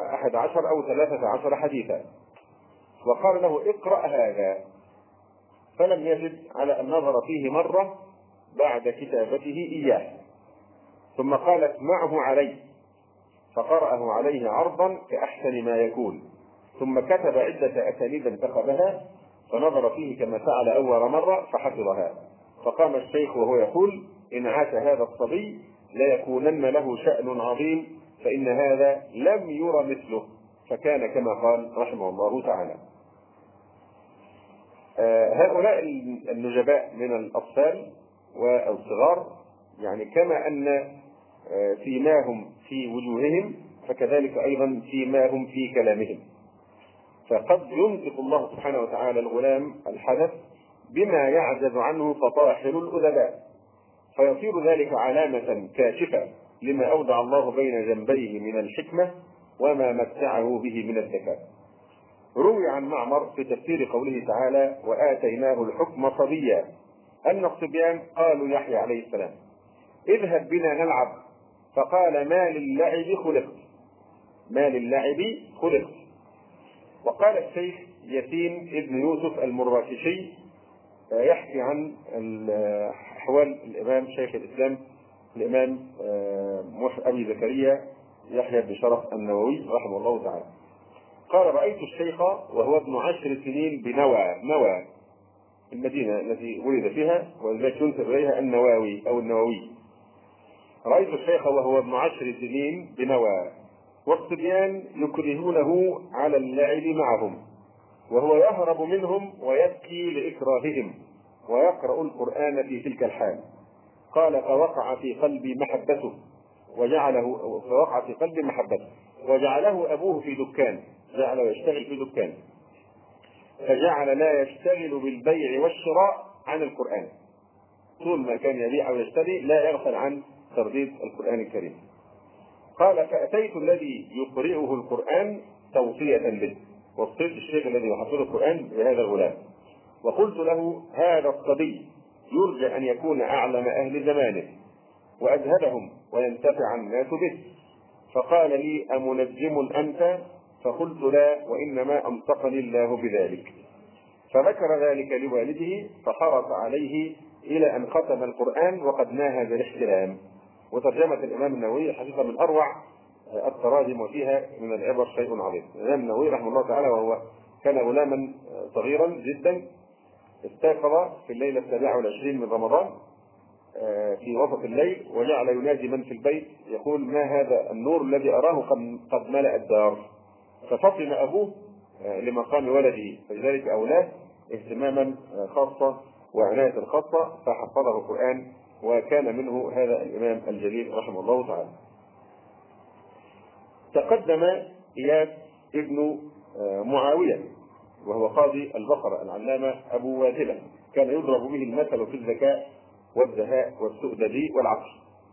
أو 13 حديثا وقال له اقرأ هذا. فلم يزد على أن نظر فيه مرة بعد كتابته إياه، ثم قال اسمعه علي، فقرأه عليه عرضا كأحسن ما يكون، ثم كتب عدة أسانيد انتخبها فنظر فيه كما فعل أول مرة فحفظها. فقام الشيخ وهو يقول: إن عاش هذا الصبي ليكونن له شأن عظيم، فإن هذا لم ير مثله. فكان كما قال رحمه الله تعالى. هؤلاء النجباء من الأطفال والصغار، يعني كما أن فيماهم في وجوههم فكذلك أيضا فيماهم في كلامهم. فقد ينطق الله سبحانه وتعالى الغلام الحدث بما يعجز عنه فطاحل الأدباء، فيصير ذلك علامة كاشفة لما أودع الله بين جنبيه من الحكمة وما متعه به من الذكاء. روي عن معمر في تفسير قوله تعالى: وآتيناه الحكم صبيا، أن الصبيان قالوا يحيى عليه السلام: اذهب بنا نلعب، فقال: ما للعب خلقت، ما للعب خلقت. وقال الشيخ ياسين ابن يوسف المراكشي يحكي عن أحوال الإمام شيخ الإسلام الإمام أبي زكريا يحيى بن شرف النووي رحمه الله تعالى. قال: رأيت الشيخ وهو ابن 10 سنين بنوى، المدينة التي ولد فيها ولذلك ينسب إليها النواوي أو النووي. رأيت الشيخ وهو ابن 10 سنين بنوى، والصبيان يكرهونه على اللعب معهم، وهو يهرب منهم ويبكي لإكراههم، ويقرأ القرآن في تلك الحال. قال: فوقع في قلبي محبته وجعله أبوه في دكان، جعله يشتغل في دكان، فجعل لا يشتغل بالبيع والشراء عن القرآن، طول ما كان يبيع أو يشتري لا يغفل عن ترديد القرآن الكريم. قال: فأتيت الذي يقرئه القرآن توصية به، وصيت الشيخ الذي يحفظ القرآن بهذا الغلام، وقلت له: هذا الصبي يرجى أن يكون أعلم أهل زمانه وأزهدهم وينتفع الناس به. فقال لي: أمنجم أنت؟ فقلت: لا، وإنما أنطقني الله بذلك. فذكر ذلك لوالده فحرص عليه إلى أن ختم القرآن وقد ناهز الاحتلام. وترجمة الإمام النووي حقيقة من أروع التراجم، وفيها من العبر شيء عظيم. الإمام النووي رحمه الله تعالى وهو كان غلاما صغيرا جدا، استيقظ في الليلة 27 من رمضان في وسط الليل، وجعل ينادي من في البيت يقول: ما هذا النور الذي أراه قد ملأ الدار؟ ففطن أبوه لمقام ولده، فلذلك أولاه اهتماما خاصة وعناية خاصة، فحفظه القرآن، وكان منه هذا الإمام الجليل رحمه الله تعالى. تقدم إياس ابن معاوية وهو قاضي البصرة العلامة أبو واثلة، كان يضرب به المثل في الذكاء والدهاء والسؤدد والعقل.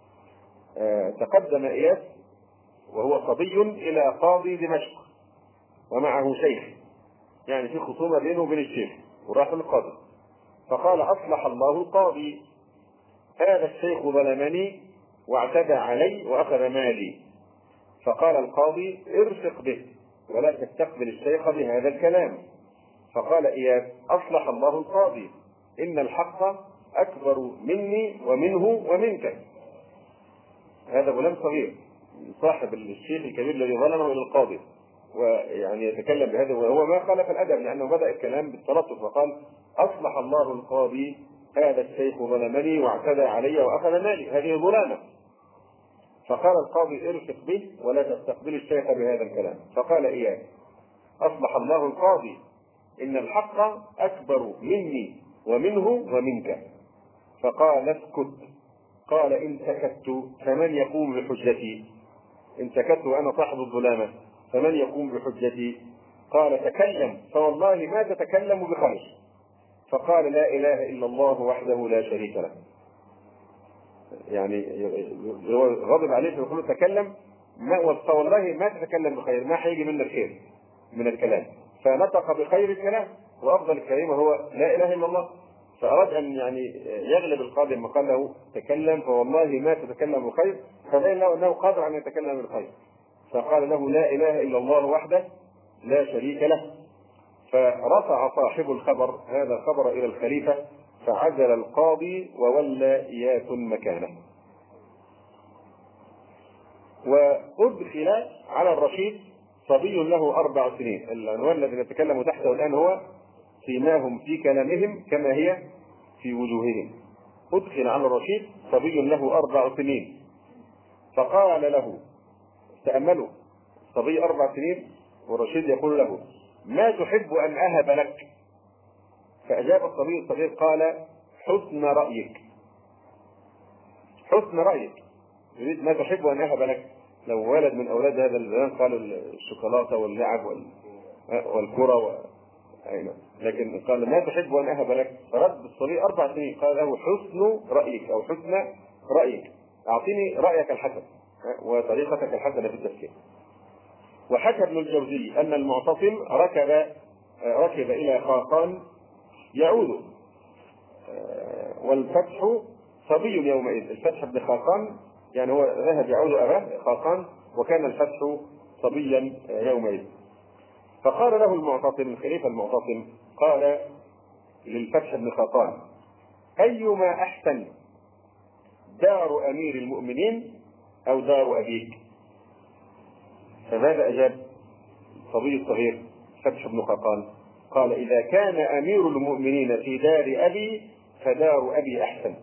تقدم إياس وهو صبي إلى قاضي دمشق ومعه شيخ، يعني في خصومة بينه وبين الشيخ، وراح للقاضي فقال: أصلح الله القاضي، هذا الشيخ ظلمني واعتدى علي وأخذ مالي. فقال القاضي: ارفق به ولا تستقبل الشيخ بهذا الكلام. فقال إياس: أصلح الله القاضي، إن الحق أكبر مني ومنه ومنك. هذا غلام صغير صاحب الشيخ الكبير الذي ظلمه إلى القاضي، ويعني يتكلم بهذا، وهو ما خالف الأدب لأنه بدأ الكلام بالتلطف وقال: أصلح الله القاضي، هذا الشيخ ظلمني واعتدى علي وأخذ مالي، هذه ظلامة. فقال القاضي: ارفق به ولا تستقبل الشيخ بهذا الكلام. فقال إياس: أصلح الله القاضي، إن الحق أكبر مني ومنه ومنك. فقال: اسكت. قال: إن سكت فمن يقوم بحجتي؟ إن سكت وأنا صاحب الظلامة فمن يقوم بحجتي؟ قال: تكلم، فوالله ما تتكلم بخير. فقال: لا إله إلا الله وحده لا شريك له. يعني هو غضب عليه فيقول: تكلم، فوالله ما تتكلم بخير، ما هيجي منك خير من الكلام. فنطق بخير الكلام، وأفضل الكلمة هو لا إله إلا الله. فأراد أن يعني يغلب القاضي لما قال له: تكلم، فوالله ما تتكلم بخير، فبين له أنه قادر أن يتكلم بالخير. فقال له: لا إله إلا الله وحده لا شريك له. فرفع صاحب الخبر هذا الخبر إلى الخليفة، فعزل القاضي وولى إياس مكانه. وأدخل على الرشيد صبي له 4 سنين. العنوان الذي نتكلم تحته الآن هو سيماهم في كلامهم كما هي في وجوههم. أدخل على الرشيد صبي له 4 سنين، فقال له، تأملوا، صبي 4 سنين والرشيد يقول له: ما تحب أن أهب لك؟ فأجاب الصبي الصغير قال: حسن رأيك. حسن رأيك، يريد ما تحب أن أهب لك. لو ولد من أولاد هذا الزمان قالوا الشوكولاتة واللعب والكرة لكن قال: ما تحب أن أهب لك؟ فرد الصبي 4 سنين قال له: حسن رأيك أو حسن رأيك، أعطيني رأيك الحسن وطريقتك الحسنة في التفكير. وحكى ابن الجوزي أن المعتصم ركب إلى خاقان يعود، والفتح صبي يومئذ. الفتح بن خاقان يعني هو ذهب يعود أباه خاقان، وكان الفتح صبيا يومئذ. فقال له المعتصم، الخليفة المعتصم قال للفتح بن خاقان: أيما أحسن، دار أمير المؤمنين أو دار أبيك؟ فماذا أجاب الصبي الصغير فتح بن خاقان؟ قال: إذا كان أمير المؤمنين في دار أبي فدار أبي أحسن.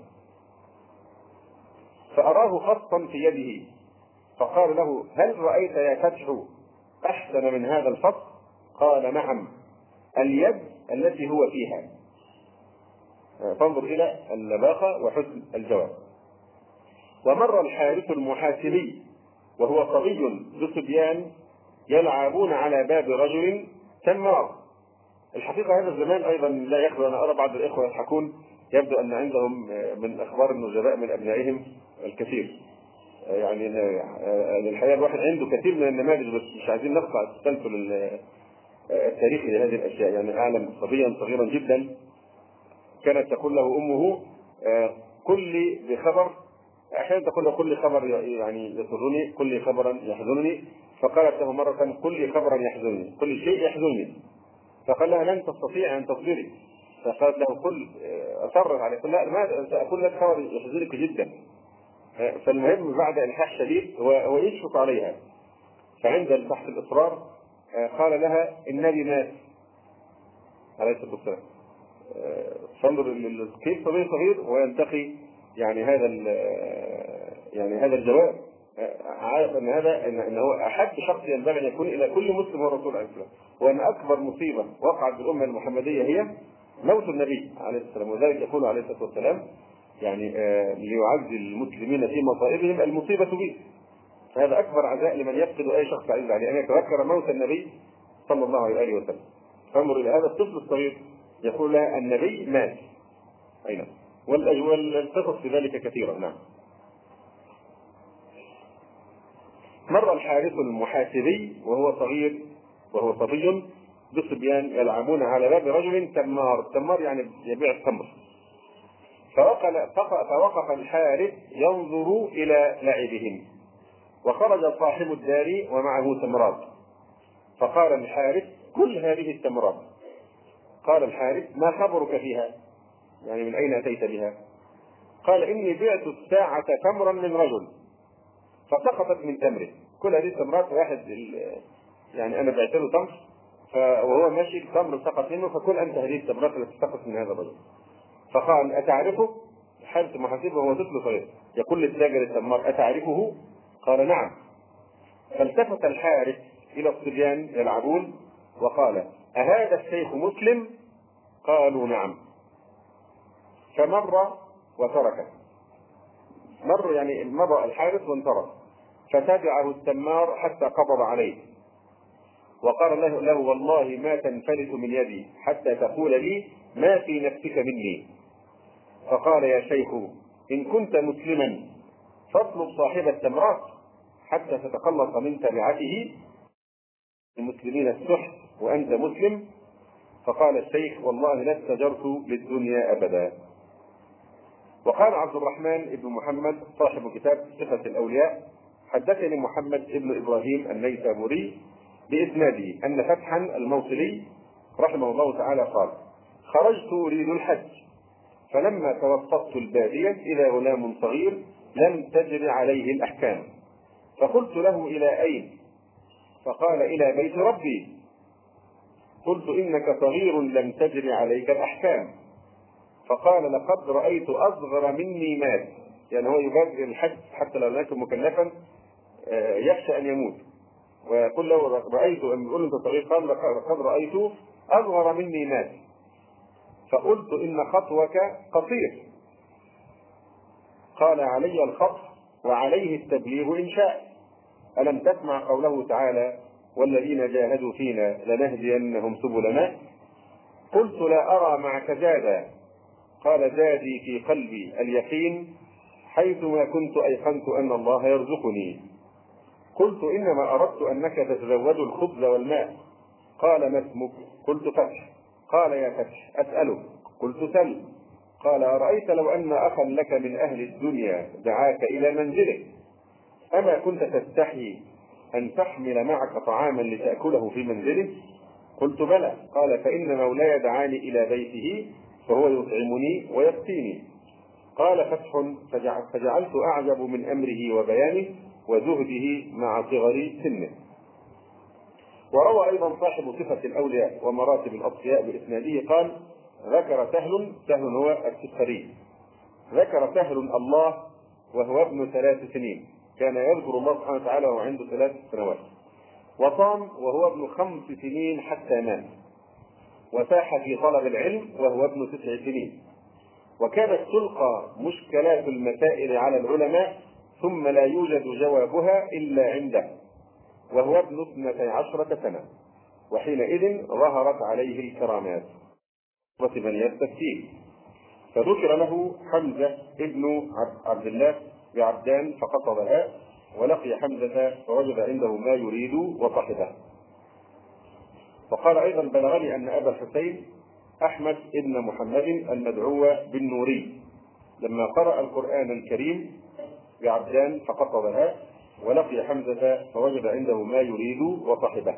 فأراه خطا في يده، فقال له: هل رأيت يا فتح أحسن من هذا الخط؟ قال: نعم، اليد التي هو فيها. فانظر إلى اللباقة وحسن الجواب. ومر الحارث المحاسبي وهو صبي بصبيان يلعبون على باب رجل تمار. الحقيقة هذا الزمان أيضا لا يخلو، أنا أرى بعض الإخوة يضحكون، يبدو أن عندهم من أخبار النجباء من أبنائهم الكثير. يعني الحقيقة الواحد عنده كثير من النماذج، بس مش عايزين نقطع التسلسل التاريخي لهذه الأشياء. يعني أعلم صبيا صغيرا جدا كانت تقول له أمه: قل لي بخبر، أحيانا تقول له: كل خبر يعني يسرني، كل خبرا يحزنني. فقالت له مرة: كل خبرا يحزنني، كل شيء يحزنني. فقال لها: لن تستطيع أن تصبري. فقالت له: قل، أصرت عليه، قل: لا، ما سأقول لك خبر يحزنك جدا. فالمهم بعد إلحاح شديد هو يشفق عليها، فعند البحث الإصرار قال لها: النبي مات عليه الصلاة والسلام. فانظر كيف صبي صغير وينتقي يعني هذا الجواب، عارف ان هذا ان هو احب شخص ينبغي ان يكون الى كل مسلم هو الرسول عليه السلام، وان اكبر مصيبه وقعت بالامه المحمديه هي موت النبي عليه السلام. وذلك يقول عليه الصلاه والسلام يعني ليعزي المسلمين في مصائبهم المصيبه به. فهذا اكبر عزاء لمن يفقد اي شخص عزيز عليه ان يتذكر موت النبي صلى الله عليه وسلم. فانظر الى هذا الطفل الصغير يقول لها: النبي مات. اين والقصص في ذلك كثيرة. نعم. مر الحارث المحاسبي وهو صبي بصبيان يلعبون على باب رجل تمار يعني يبيع التمر. فوقف الحارث ينظر إلى لعبهم، وخرج صاحب الدار ومعه تمرات. فقال الحارث: كل هذه التمرات. قال الحارث: ما خبرك فيها؟ يعني من أين أتيت بها؟ قال: إني بعت الساعة تمرا من رجل فسقطت من تمره. كل هذه التمرات واحد يعني أنا بعت له تمر وهو ماشي التمر سقط منه، فكل أنت هذه التمرات التي سقطت من هذا الرجل. فقال: أتعرفه؟ حارث المحاسب وهو طفل صغير يقول للتاجر التمار: أتعرفه؟ قال: نعم. فالتفت الحارث إلى الصبيان يلعبون وقال: أهذا الشيخ مسلم؟ قالوا: نعم. فمر وتركه. مر الحارث وانصرف، فتبعه التمار حتى قبض عليه وقال له: والله ما تنفلت من يدي حتى تقول لي ما في نفسك مني. فقال: يا شيخ، إن كنت مسلما فاطلب صاحب التمرات حتى تتخلص من تبعته، المسلمين السحت وأنت مسلم. فقال الشيخ: والله لا استجرت للدنيا أبدا. وقال عبد الرحمن بن محمد صاحب كتاب صفة الأولياء: حدثني محمد بن إبراهيم النيسابوري بإسناده أن فتحا الموصلي رحمه الله تعالى قال: خرجت أريد الحج، فلما توسطت البادية إذا غلام صغير لم تجر عليه الأحكام، فقلت له: إلى أين؟ فقال: إلى بيت ربي. قلت: إنك صغير لم تجر عليك الأحكام. فقال: لقد رأيت أصغر مني مات، يعني هو يبادر الحج حتى لو لم يكن مكلفا، يخشى أن يموت، ويقول له: رأيت، أن يقول أنت صغير، قال: لقد رأيت أصغر مني مات. فقلت: إن خطوك قصير. قال: علي الخطو وعليه التبليغ إن شاء. ألم تسمع قوله تعالى: والذين جاهدوا فينا لنهدينهم سبلنا؟ قلت: لا أرى معك زادا. قال: زادي في قلبي اليقين، حيثما كنت أيقنت أن الله يرزقني. قلت: إنما أردت أنك تتزود الخبز والماء. قال: ما اسمك؟ قلت: فتح. قال: يا فتح، أسألك. قلت: سل. قال: أرأيت لو أن أخا لك من أهل الدنيا دعاك إلى منزله، أما كنت تستحي أن تحمل معك طعاما لتأكله في منزله؟ قلت: بلى. قال: فإن مولاي دعاني إلى بيته فهو يطعمني ويسقيني. قال: فتح. فجعلت أعجب من أمره وبيانه وزهده مع صغر سنه. وروى أيضا صاحب صفة الأولياء ومراتب الأصفياء بإسناده قال: ذكر سهل هو السكري، ذكر سهل الله وهو ابن 3 سنين، كان يذكر الله سبحانه وتعالى وهو عنده 3 سنوات، وصام وهو ابن 5 سنين حتى مات، وساح في طلب العلم وهو ابن 9 سنين، وكانت تلقى مشكلات المسائل على العلماء ثم لا يوجد جوابها إلا عنده، وهو ابن 12 سنة، وحينئذ ظهرت عليه الكرامات وبني التفسير. فذكر له حمزة ابن عبد الله بعبدان فقصدها، ولقي حمزة فوجد عنده ما يريد وصحبه. وقال أيضا: بلغني أن أبا الحسين أحمد ابن محمد المدعو بالنوري لما قرأ القرآن الكريم بعبدان فقصدها، ولقي حمزة فوجد عنده ما يريد وصحبه.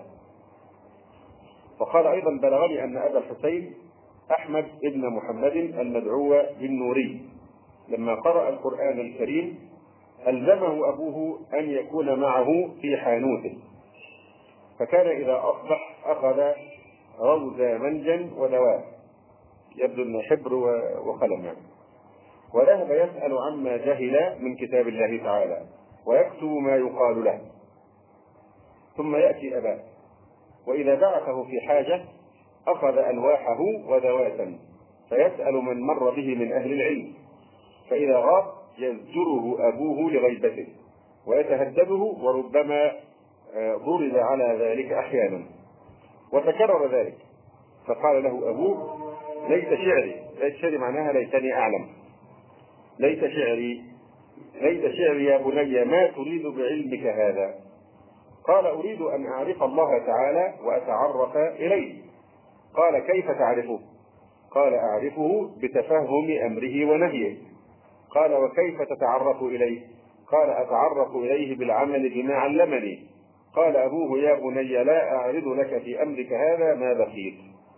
وقال أيضا: بلغني أن أبا الحسين أحمد ابن محمد المدعو بالنوري لما قرأ القرآن الكريم ألزمه أبوه أن يكون معه في حانوته، فكان إذا أصبح أخذ روز منجا ودواء، يبدو أن حبر وقلم يعني، وذهب يسأل عما جهل من كتاب الله تعالى ويكتب ما يقال له، ثم يأتي أباه، وإذا بعثه في حاجة أخذ ألواحه ودواتا فيسأل من مر به من أهل العلم، فإذا غاب يزجره أبوه لغيبته ويتهدده، وربما ضرب على ذلك أحيانا. وتكرر ذلك، فقال له أبوه: ليت شعري معناها ليتني أعلم، ليت شعري يا بني، ما تريد بعلمك هذا؟ قال: أريد أن أعرف الله تعالى وأتعرف إليه. قال: كيف تعرفه؟ قال: أعرفه بتفهم أمره ونهيه. قال: وكيف تتعرف إليه؟ قال: أتعرف إليه بالعمل بما علمني. قال أبوه: يا بني، لا أعرض لك في أمرك هذا ما بقيت.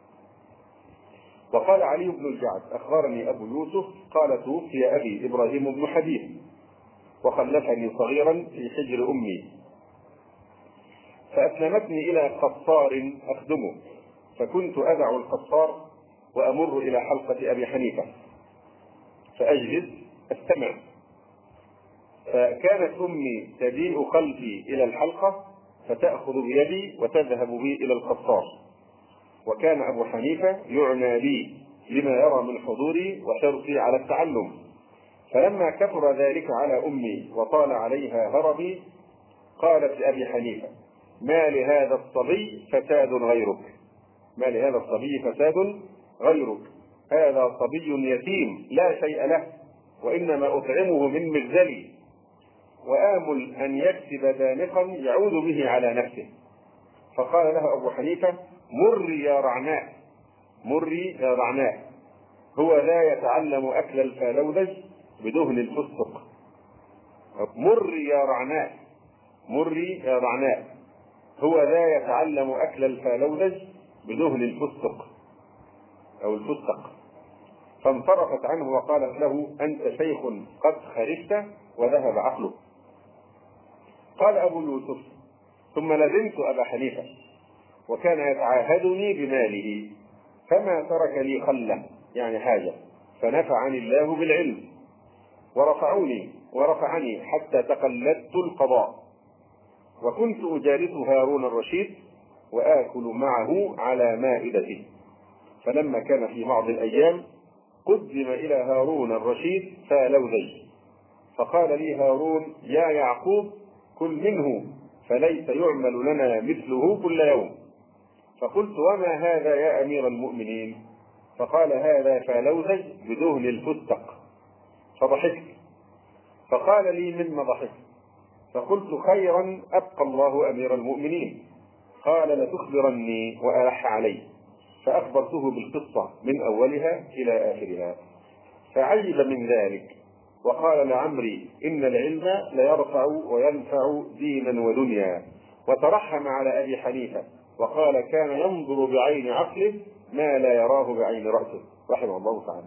وقال علي بن الجعد: أخبرني أبو يوسف قال: توفي أبي إبراهيم بن حبيب وخلفني صغيرا في حجر أمي، فأسلمتني إلى قصار أخدمه، فكنت أدع القصار وأمر إلى حلقة أبي حنيفة فأجلس أستمع، فكانت أمي تجيء خلفي إلى الحلقة فتأخذ بيدي وتذهب بي إلى القصار، وكان أبو حنيفة يعنى بي لما يرى من حضوري وحرصي على التعلم. فلما كثر ذلك على أمي وطال عليها هربي قالت لأبي حنيفة: ما لهذا الصبي فساد غيرك، ما لهذا الصبي فساد غيرك، هذا صبي يتيم لا شيء له، وإنما أطعمه من مغزلي، وآمل أن يكسب دانقا يعود به على نفسه. فقال له أبو حنيفة: مري يا رعناء، هو لا يتعلم أكل الفالودج بدهن الفستق. مري يا رعناء، هو لا يتعلم أكل الفالودج بدهن الفستق أو الفستق، فانصرفت عنه وقالت له: أنت شيخ قد خرجت وذهب عقلك. قال أبو يوسف: ثم لزمت أبا حنيفة وكان يتعاهدني بماله، فما ترك لي خلة يعني حاجة، فنفعني الله بالعلم ورفعني حتى تقلدت القضاء، وكنت أجالس هارون الرشيد وآكل معه على مائدته. فلما كان في بعض الأيام قدم إلى هارون الرشيد فلوذي، فقال لي هارون: يا يعقوب كل منه فليس يعمل لنا مثله كل يوم. فقلت: وما هذا يا أمير المؤمنين؟ فقال: هذا فلوذج بدهن الفستق. فضحكت، فقال لي: مما ضحكت؟ فقلت: خيرا أبقى الله أمير المؤمنين. قال: لتخبرني وألح علي. فأخبرته بالقصة من أولها إلى آخرها، فعجب من ذلك وقال: لعمري إن العلم ليرفع وينفع دينا ودنيا. وترحم على أبي حنيفة وقال: كان ينظر بعين عقله ما لا يراه بعين رأسه رحمه الله تعالى.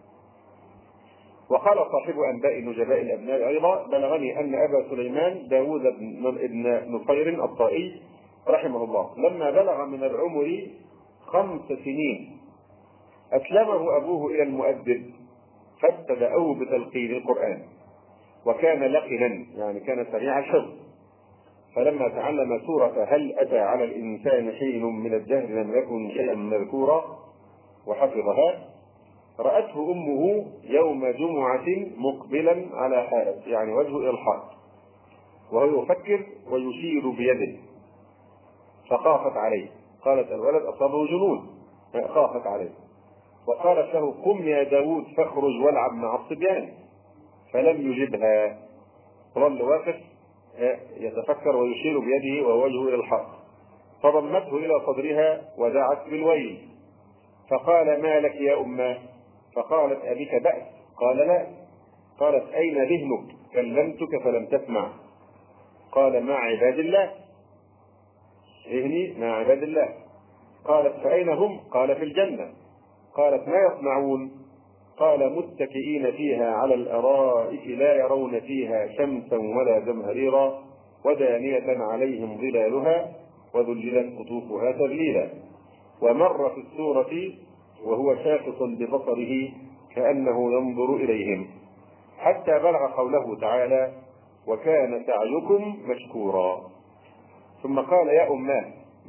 وقال صاحب أنباء نجباء الأبناء أيضا: بلغني أن أبا سليمان داود بن نصير الطائي رحمه الله لما بلغ من العمر 5 سنين أسلمه أبوه إلى المؤدب، فابتدأوه بتلقين القرآن، وكان لقنا يعني كان سريع الحفظ. فلما تعلم سورة هل أتى على الإنسان حين من الدهر لم يكن شيئا مذكورا وحفظها، رأته أمه يوم جمعة مقبلا على حائط يعني وجهه إلى الحائط وهو يفكر ويشير بيده، فخافت عليه. قالت: الولد أصابه جنون. خافت عليه وقالت له: قم يا داود فاخرج والعب مع الصبيان. فلم يجبها، ظل واقف يتفكر ويشير بيده ووجهه إلى الحائط. فضمته إلى صدرها ودعت بالويل، فقال: ما لك يا أماه؟ فقالت: أبيك بأس؟ قال: لا. قالت: أين ذهنك؟ كلمتك فلم تسمع. قال: مع عباد الله. ذهني مع عباد الله. قالت: فأين هم؟ قال: في الجنة. قالت: ما يصنعون؟ قال: متكئين فيها على الأرائك لا يرون فيها شمسا ولا زمهريرا ودانية عليهم ظلالها وذللت قطوفها تذليلا. ومر في السورة وهو شاخص ببصره كأنه ينظر إليهم حتى بلغ قوله تعالى: وكان سعيكم مشكورا. ثم قال: يا أماه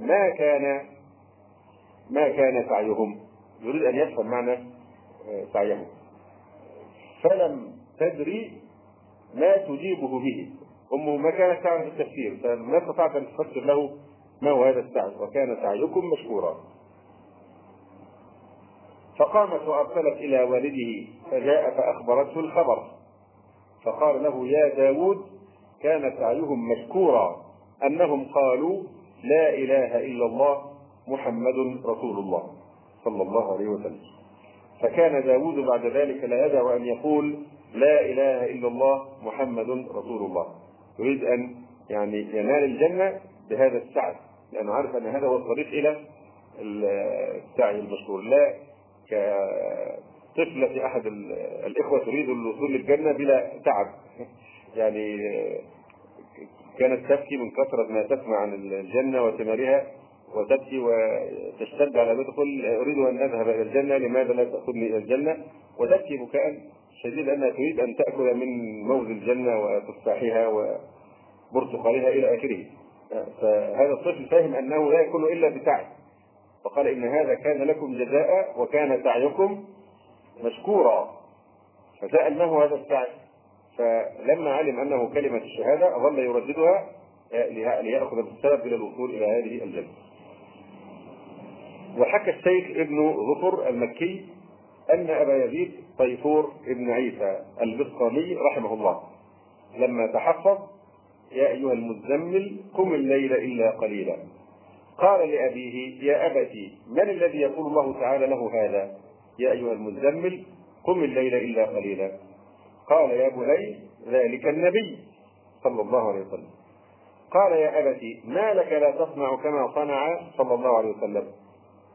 ما كان سعيهم؟ يريد أن يفهم معنى سعيهم. فلم تدري ما تجيبه به. أمه ما كانت تعرف التفسير، فما استطاعت أن تفسر له ما هو هذا السعي. وكان سعيكم مشكورا. فقامت وأرسلت إلى والده فجاء فأخبرته الخبر، فقال له: يا داود كان سعيهم مشكورا، أنهم قالوا لا إله إلا الله محمد رسول الله صلى الله عليه وسلم. فكان داود بعد ذلك لا يدع أن يقول لا إله إلا الله محمد رسول الله. يريد أن يعني ينال الجنة بهذا السعي، لأنه عارف أن هذا هو الطريق إلى السعي المشكور. لا كطفلة أحد الإخوة تريد الوصول للجنة بلا تعب، يعني كانت تبكي من كثرة ما تسمع عن الجنة وثمارها، وتبكي وتشتد على تقول: أريد أن أذهب إلى الجنة، لماذا لا تأخذني إلى الجنة؟ وتبكي بكاء شديد أنها تريد أن تأكل من موز الجنة وتفاحها وبرتقالها إلى آخره. فهذا الطفل فاهم أنه لا يكون إلا بسعي، فقال: إن هذا كان لكم جزاء وكان سعيكم مشكورا. فسأل: ما هو هذا السعي؟ فلما علم أنه كلمة الشهادة ظل يرددها ليأخذ بالسبب إلى الوصول إلى هذه الجنة. وحكى الشيخ ابن ظفر المكي أن أبا يزيد طيفور ابن عيسى البسطامي رحمه الله لما تحفظ يا أيها المزمل قم الليل إلا قليلا قال لأبيه: يا أبتي من الذي يقول الله تعالى له هذا يا أيها المزمل قم الليل إلا قليلا؟ قال: يا بني ذلك النبي صلى الله عليه وسلم. قال: يا أبتي ما لك لا تصنع كما صنع صلى الله عليه وسلم؟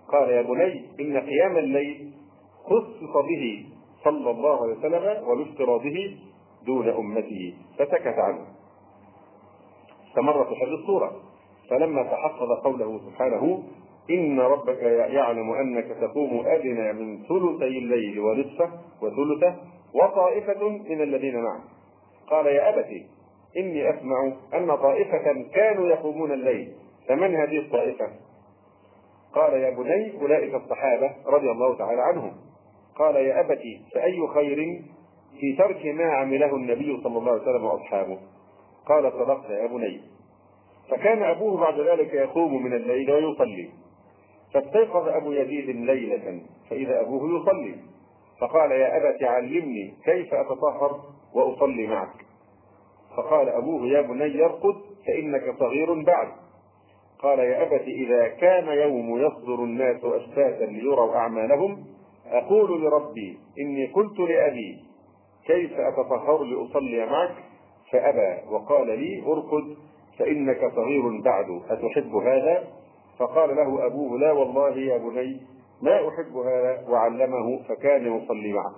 قال: يا بني، إن قيام الليل خصص به صلى الله عليه وسلم وبافتراضه دون أمته، فسكت عنه. استمر في حفظ السورة، فلما تحفظ قوله سبحانه: إن ربك يعلم أنك تقوم أدنى من ثلثي الليل ونصفه وثلثه وطائفة من الذين معه، قال: يا أبت إني أسمع أن طائفة كانوا يقومون الليل، فمن هذه الطائفة؟ قال: يا بني، أولئك الصحابة رضي الله تعالى عنهم. قال: يا أبت، فأي خير في ترك ما عمله النبي صلى الله عليه وسلم وأصحابه؟ قال: صدقت يا بني. فكان أبوه بعد ذلك يقوم من الليل ويصلي، فاستيقظ أبو يزيد ليلة فإذا أبوه يصلي، فقال: يا أبت علمني كيف أتطهر وأصلي معك. فقال أبوه: يا بني ارقد فإنك صغير بعد. قال: يا أبت إذا كان يوم يصدر الناس أشتاتا ليروا أعمالهم أقول لربي إني قلت لأبي كيف أتطهر لأصلي معك، فأبى وقال لي ارقد فإنك صغير بعد، أتحب هذا؟ فقال له أبوه: لا والله يا بني ما أحب هذا، وعلمه فكان يصلي معه.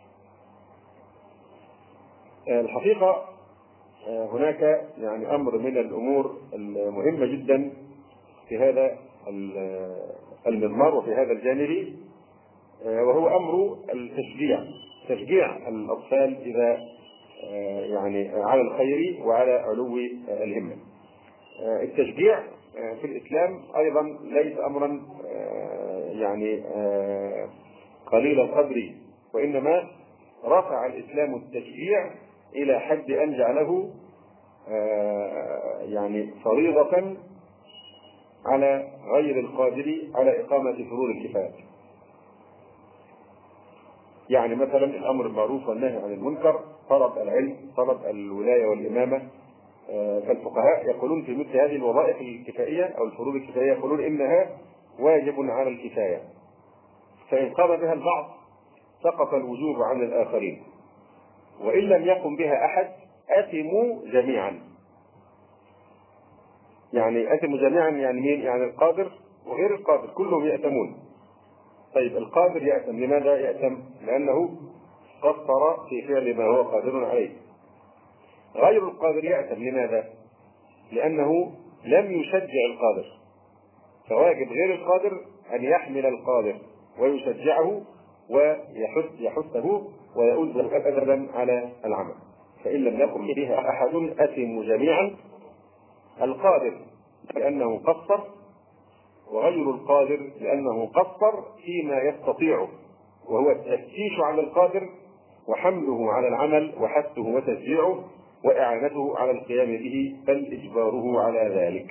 الحقيقة هناك يعني أمر من الأمور المهمة جدا في هذا المضمار وفي هذا الجانب، وهو أمر تشجيع الأطفال إذا يعني على الخير وعلى علو الهمة. التشجيع في الإسلام أيضا ليس أمرا يعني قليل القدر، وإنما رفع الإسلام التشجيع إلى حد أن جعله يعني فريضة على غير القادر على إقامة فروض الكفاية. يعني مثلا الأمر بالمعروف والنهي عن المنكر، طلب العلم، طلب الولاية والإمامة، فالفقهاء يقولون في مثل هذه الوظائف الكفائية أو الفروض الكفائية يقولون إنها واجب على الكفاية، فإن قام بها البعض سقط الوجوب عن الآخرين، وإن لم يقم بها أحد أثموا جميعا. يعني أثموا جميعا يعني مين؟ يعني القادر وغير القادر كلهم يأثمون. طيب القادر يأثم، لماذا يأثم؟ لأنه قصر في فعل ما هو قادر عليه. غير القادر يأثم، لماذا؟ لأنه لم يشجع القادر، فواجب غير القادر أن يحمل القادر ويشجعه ويحثه ويؤذه أبدا على العمل، فإن لم يقم بها أحد أثموا جميعا، القادر لأنه قصر، وغير القادر لأنه قصر فيما يستطيعه، وهو التفتيش على القادر وحمله على العمل وحثه وتشجيعه وإعانته على القيام به بل إجباره على ذلك.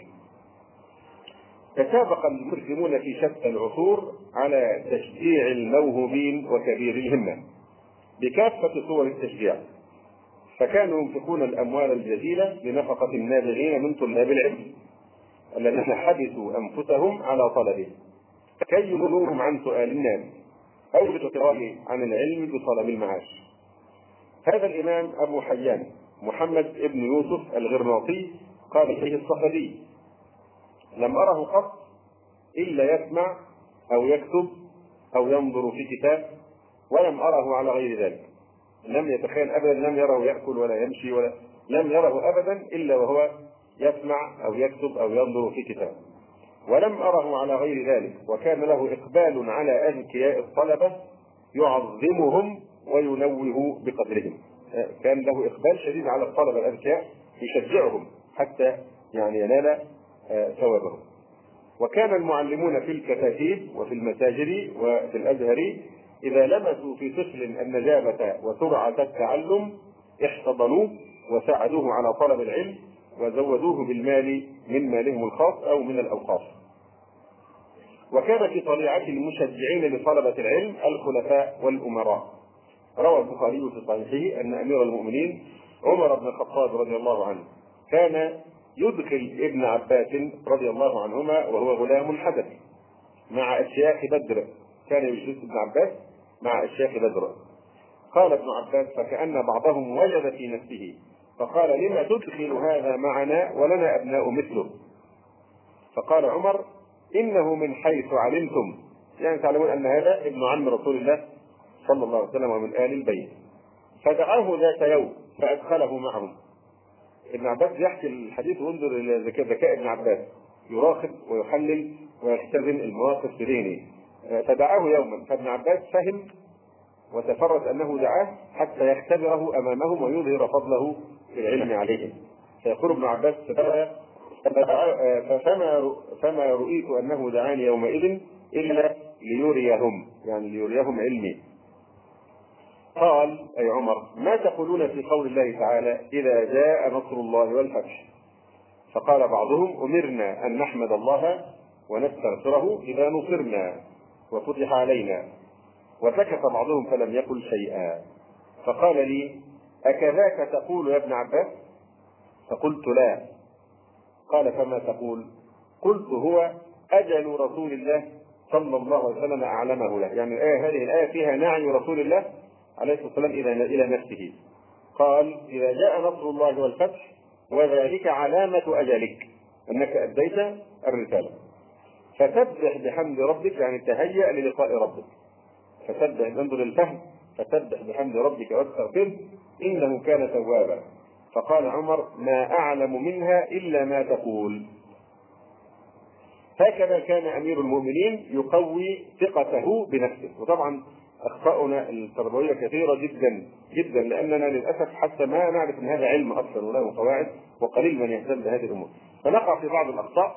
تسابق المسلمون في شتى العصور على تشجيع الموهوبين وكبير الهمة بكافة صور التشجيع، فكانوا ينفقون الأموال الجزيلة لنفقة النابغين من طلاب العلم الذين حبسوا أنفسهم على طلبه كي يغنوهم عن سؤال الناس أو الاغترار عن العلم بطلب المعاش. هذا الإمام أبو حيان محمد ابن يوسف الغرناطي قال فيه الصفدي: لم أره قط إلا يسمع أو يكتب أو ينظر في كتاب، ولم أره على غير ذلك. لم يتخيل أبدا، لم يره يأكل ولا يمشي ولا لم يره أبدا إلا وهو يسمع أو يكتب أو ينظر في كتاب، ولم أره على غير ذلك. وكان له إقبال على أذكياء الطلبة يعظمهم وينوه بقدرهم، كان له إقبال شديد على الطلبة الأذكياء يشجعهم حتى يعني ينال ثوابهم. وكان المعلمون في الكتاتيب وفي المساجد وفي الأزهر إذا لمسوا في طفل النجابة وسرعة التعلم احتضنوه وساعدوه على طلب العلم وزودوه بالمال من مالهم الخاص أو من الأوقاف. وكان في طليعة المشجعين لطلبة العلم الخلفاء والأمراء. روى البخاري في صحيحه أن أمير المؤمنين عمر بن الخطاب رضي الله عنه كان يدخل ابن عباس رضي الله عنهما وهو غلام حدث مع أشياخ بدر، كان يجلس ابن عباس مع أشياخ بدر. قال ابن عباس: فكأن بعضهم وجد في نفسه فقال: لما تدخل هذا معنا ولنا أبناء مثله؟ فقال عمر: إنه من حيث علمتم يعني تعلمون أن هذا ابن عم رسول الله صلى الله عليه وسلم ومن آل البيت. فدعاه ذات يوم فأدخله معهم. ابن عباس يحكي الحديث وانظر إلى ذكاء ابن عباس، يراقب ويحلل ويختزن المواقف في ذهنه. فدعاه يوما، فابن عباس فهم وتفرد أنه دعاه حتى يختبره أمامهم ويظهر فضله في العلم عليهم. فيقول ابن عباس فما رؤيت أنه دعاني يومئذ إلا ليريهم، يعني ليريهم علمي. قال أي عمر: ما تقولون في قول الله تعالى إذا جاء نصر الله والفتح؟ فقال بعضهم: أمرنا أن نحمد الله ونستغفره إذا نصرنا وفتح علينا. وسكت بعضهم فلم يقل شيئا. فقال لي: أكذاك تقول يا ابن عباس؟ فقلت: لا. قال: فما تقول؟ قلت: هو أجل رسول الله صلى الله عليه وسلم أعلمه له. يعني هذه الآية فيها نعي رسول الله عليه الصلاة والسلام إلى نفسه. قال: إذا جاء نصر الله والفتح وذلك علامة أجلك، أنك أديت الرسالة، فسبح بحمد ربك، يعني تهيأ للقاء ربك. فسبح، انظر الفهم، فسبح بحمد ربك واستغفره إنه كان توابا. فقال عمر: ما أعلم منها إلا ما تقول. هكذا كان أمير المؤمنين يقوي ثقته بنفسه. وطبعا أخطاؤنا التربوية كثيرة جدا جدا، لأننا للأسف حتى ما نعرف أن هذا علم أصلا وله قواعد، وقليل من يهتم بهذه الأمور، فنقع في بعض الأخطاء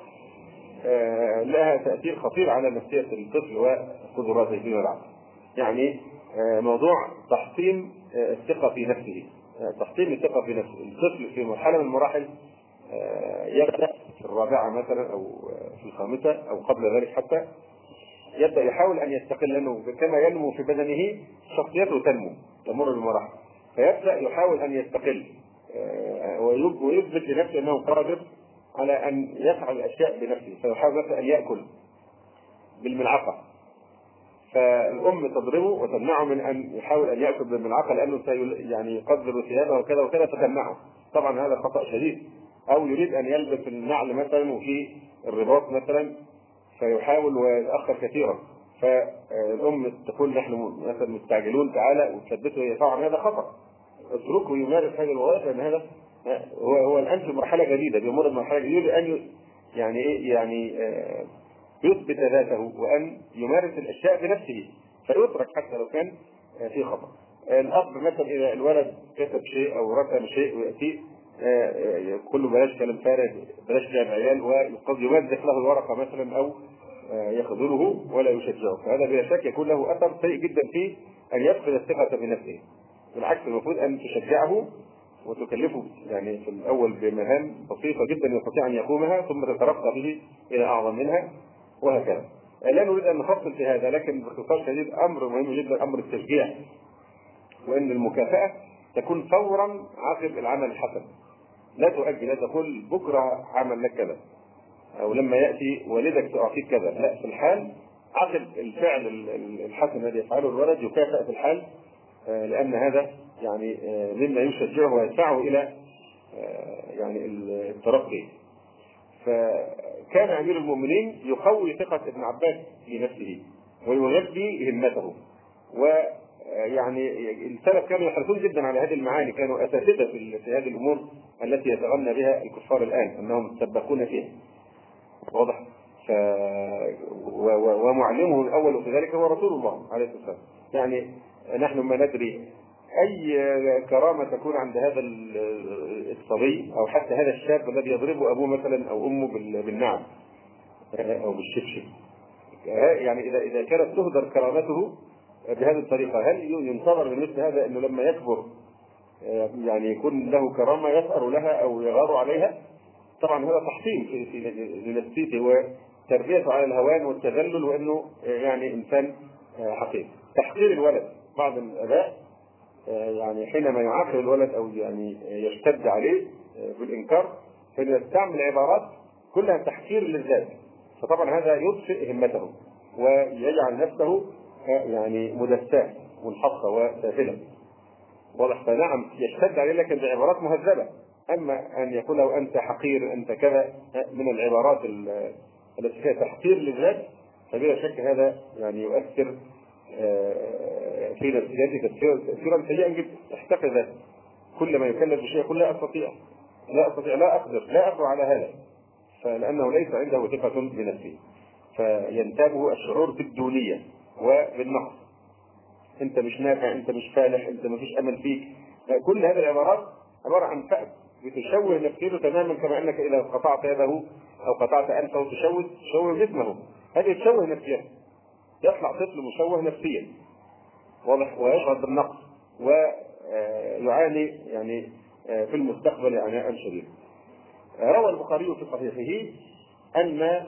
لها تأثير خطير على نفسية الطفل وقدراته فيما بعد. يعني موضوع تحطيم الثقة في نفسه، تحطيم الثقة في نفسه. الطفل في مرحلة من المراحل يبدأ في الرابعة مثلا أو في الخامسة أو قبل ذلك حتى، يبدأ يحاول أن يستقل، لأنه كما ينمو في بدنه شخصيته تنمو، تمر بمراحل، فيبدأ يحاول أن يستقل ويثبت لنفسه أنه قادر على أن يفعل الأشياء بنفسه. فيحاول مثلا أن يأكل بالملعقة، فالأم تضربه وتمنعه من أن يحاول أن يأكل بالملعقة، لأنه يعني يقدر ثيابه وكذا وكذا، فتمنعه. طبعا هذا خطأ شديد. أو يريد أن يلبس النعل مثلا وفي الرباط مثلا، فيحاول ويتأخر كثيرا، فالأم تقول: نحن مثلا مستعجلون، تعالى، وتثبته. هي طبعا هذا خطأ، اتركه يمارس هذه الوظائف، لأن هذا هو الآن في مرحلة جديدة، بيمر بمرحلة جديدة، أن يعني إيه، يعني يثبت ذاته وأن يمارس الأشياء بنفسه، فيترك حتى لو كان في خطأ. الأب مثلا إذا الولد كتب شيء أو رسم شيء ويأتيه يقول له: بلاش كلام فارغ، بلاش لعب عيال، وقد يمزق له الورقة مثلا أو يخذله ولا يشجعه. فهذا بلا شك يكون له أثر سيء جدا في أن يفقد الثقة بنفسه. بالعكس، المفروض أن تشجعه وتكلفه يعني في الأول بمهام بسيطة جدا يستطيع أن يقومها، ثم تترقى به إلى أعظم منها، وهكذا. لا نريد أن نفصل في هذا، لكن باختصار شديد أمر مهم جدا، أمر التشجيع، وأن المكافأة تكون فورا عقب العمل الحسن، لا تؤجل، لا تقول بكرة عمل لك كذا أو لما يأتي والدك تعطيك كذا، لا، في الحال عقب الفعل الحسن الذي يفعله الولد يكافأ في الحال، لأن هذا يعني مما يشجعه ويدفعه إلى يعني الترقي. فكان أمير المؤمنين يقوي ثقة ابن عباس في نفسه ويغذي همته. ويعني السلف كانوا يحرصون جدا على هذه المعاني، كانوا أساتذة في هذه الأمور التي يتغنى بها الكفار الآن أنهم سبقون فيها، واضح. ومعلمه الأول في ذلك هو رسول الله عليه الصلاة والسلام. يعني نحن ما ندري أي كرامة تكون عند هذا الصبي أو حتى هذا الشاب الذي يضربه أبوه مثلا أو أمه بالنعل أو بالشبشب. يعني إذا كانت تهدر كرامته بهذه الطريقة، هل ينتظر من مثل هذا أنه لما يكبر يعني يكون له كرامة يثأر لها أو يغار عليها؟ طبعا هذا تحطيم في نفسيته وتربيته على الهوان والتذلل، وأنه يعني إنسان حقير. تحقير الولد، بعض الآباء يعني حينما يعاقب الولد أو يعني يشتد عليه بالإنكار فيستعمل عبارات كلها تحقير للذات، فطبعا هذا يطفئ همته ويجعل نفسه يعني مدساه منحطة وسافلة، واضح. فنعم يشتد عليه لكن بعبارات مهذبة. أما أن يقول له أنت حقير، أنت كذا، من العبارات التي فيها تحقير للذات، فبلا شك هذا يعني يؤثر في نفسيته تأثيرا سيئا جدا. احتقر ذلك، كل ما يكلف بشيء يقول لا أستطيع، لا أقدر، لا أقدر على هذا، فلأنه ليس عنده ثقة بنفسه، فينتابه الشعور بالدونية وبالنقص. أنت مش نافع، أنت مش فالح، أنت ما فيش أمل فيك. كل هذه العبارات عبارة عن فأس بتشوه نفسيته تماما، كما أنك إذا قطعت يده أو قطعت أنفه تشوه جسمه، هذه تشوه نفسيته. يطلع طفل مشوه نفسيا واضح، ويشعر بالنقص ويعاني يعني في المستقبل عناء شديدا. روى البخاري في صحيحه أن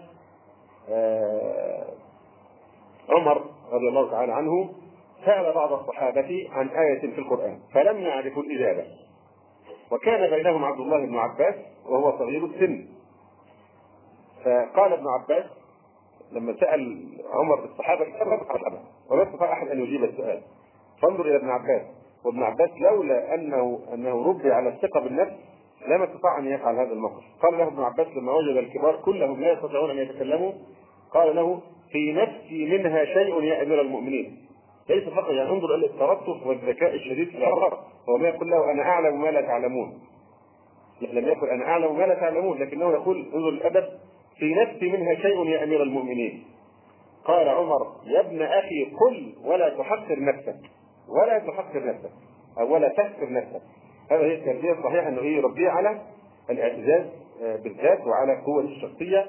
عمر رضي الله تعالى عنه سأل بعض الصحابة عن آية في القرآن فلم يعرفوا الإجابة، وكان بينهم عبد الله بن عباس وهو صغير السن. فقال ابن عباس لما سأل عمر الصحابة ولا استطاع أحد أن يجيب السؤال، فانظر إلى ابن عباس، وابن عباس لولا أنه ربي على الثقة بالنفس لما استطاع أن يفعل هذا الموقف. قال له ابن عباس لما وجد الكبار كلهم لا يستطيعون أن يتكلموا قال له في نفسي منها شيء يا أمير المؤمنين. ليس فقط يعني انظر إلى الترطف والذكاء الشديد في العبارة، هو ما يقول له أنا أعلم ما لا تعلمون، لم يقل أنا أعلم ما لا تعلمون، لكنه يقول انظر الأدب في نفسي منها شيء يا أمير المؤمنين. قال عمر يا ابن أخي قل ولا تحقر نفسك، ولا تحقر نفسك أو ولا تحقر نفسك. هذا هي التربية الصحيحة، أنه يربيه على الاعتزاز بالذات وعلى قوة الشخصية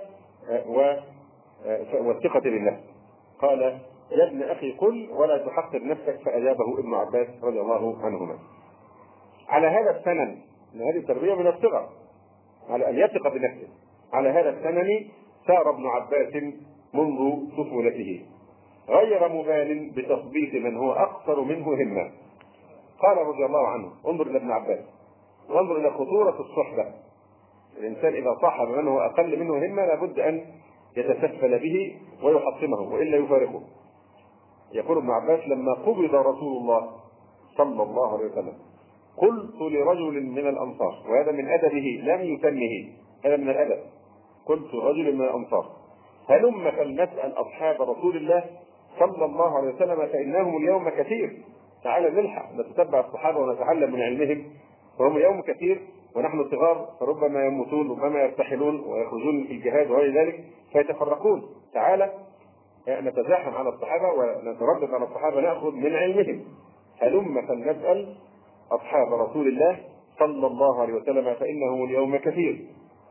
والثقة بالنفس. قال يا ابن أخي قل ولا تحقر نفسك، فأجابه ابن عباس رضي الله عنهما. على هذا الثمن، هذه التربية من الصغر على أن يثق بنفسه، على هذا الثمن سار ابن عباس منذ طفولته غير مبال بتثبيت من هو أقصر منه همة. قال رضي الله عنه انظر إلى ابن عباس وانظر إلى خطورة الصحبة. الإنسان إذا صاحب من هو أقل منه همة لابد أن يتسفل به ويحطمه وإلا يفارقه. يقول ابن عباس لما قبض رسول الله صلى الله عليه وسلم قلت لرجل من الأنصار، وهذا من أدبه لم يسمه، هذا من الأدب، قلت رجل من الأنصار هلم فلنسأل أصحاب رسول الله صلى الله عليه وسلم فإنهم اليوم كثير، تعالى نلحق نتتبع الصحابة ونتعلم من علمهم، فهم يوم كثير ونحن صغار، فربما يموتون ربما يرتحلون ويخرجون في الجهاد وغير ذلك فيتفرقون، تعالى نتزاحم على الصحابة ونتردد على الصحابة نأخذ من علمهم. هلم فلنسأل أصحاب رسول الله صلى الله عليه وسلم فإنهم اليوم كثير.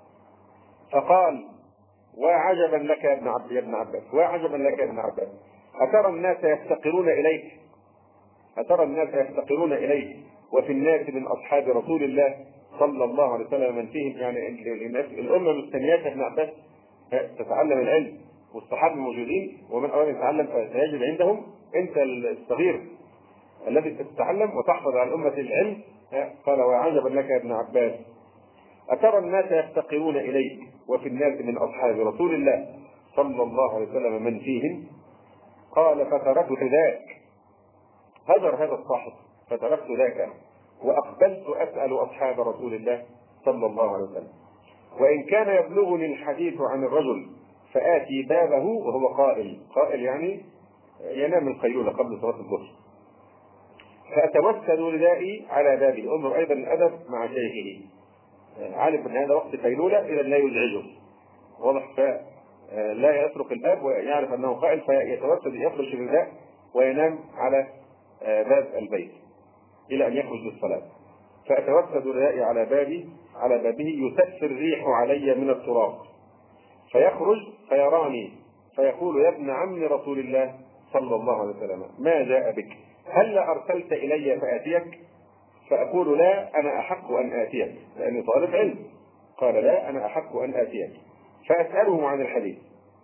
فقال وعجبا لك يا ابن عباس، وعجبا لك يا ابن عباس، أترى الناس يفتقرون إليك، أترى الناس يفتقرون إليك وفي الناس من أصحاب رسول الله صلى الله عليه وسلم من فيهم، يعني الأمة مستنياك يا ابن عباس تتعلم العلم والصحابة موجودين ومن أراد يتعلم فيجد عندهم، أنت الصغير الذي تتعلم وتحفظ على الأمة العلم. قال وعجبا لك يا ابن عباس أترى الناس يفتقرون إليك وفي الناس من أصحاب رسول الله صلى الله عليه وسلم من فيهم. قال فتركت ذاك، هجر هذا الصاحب، فتركت ذاك وأقبلت أسأل أصحاب رسول الله صلى الله عليه وسلم، وإن كان يبلغني الحديث عن الرجل فآتي بابه وهو قائل يعني ينام القيلولة قبل صلاة الظهر، فأتوسد ردائي على بابه. انظر أيضا الأدب مع شيخه، عارف أن هذا وقت قيلولة إذا لا يزعجه، واضح، فلا يترك الباب ويعرف أنه قائل فيتوسد يفرش الرداء وينام على باب البيت إلى أن يخرج للصلاة. فأتوسد ردائي على بابه يسفر الريح علي من التراب، فيخرج فيراني فيقول يا ابن عم رسول الله صلى الله عليه وسلم ما جاء بك، هل أرسلت إلي فآتيك؟ فأقول لا أنا أحق أن آتيك لأني طالب علم. قال لا أنا أحق أن آتيك، فأسأله عن الحديث.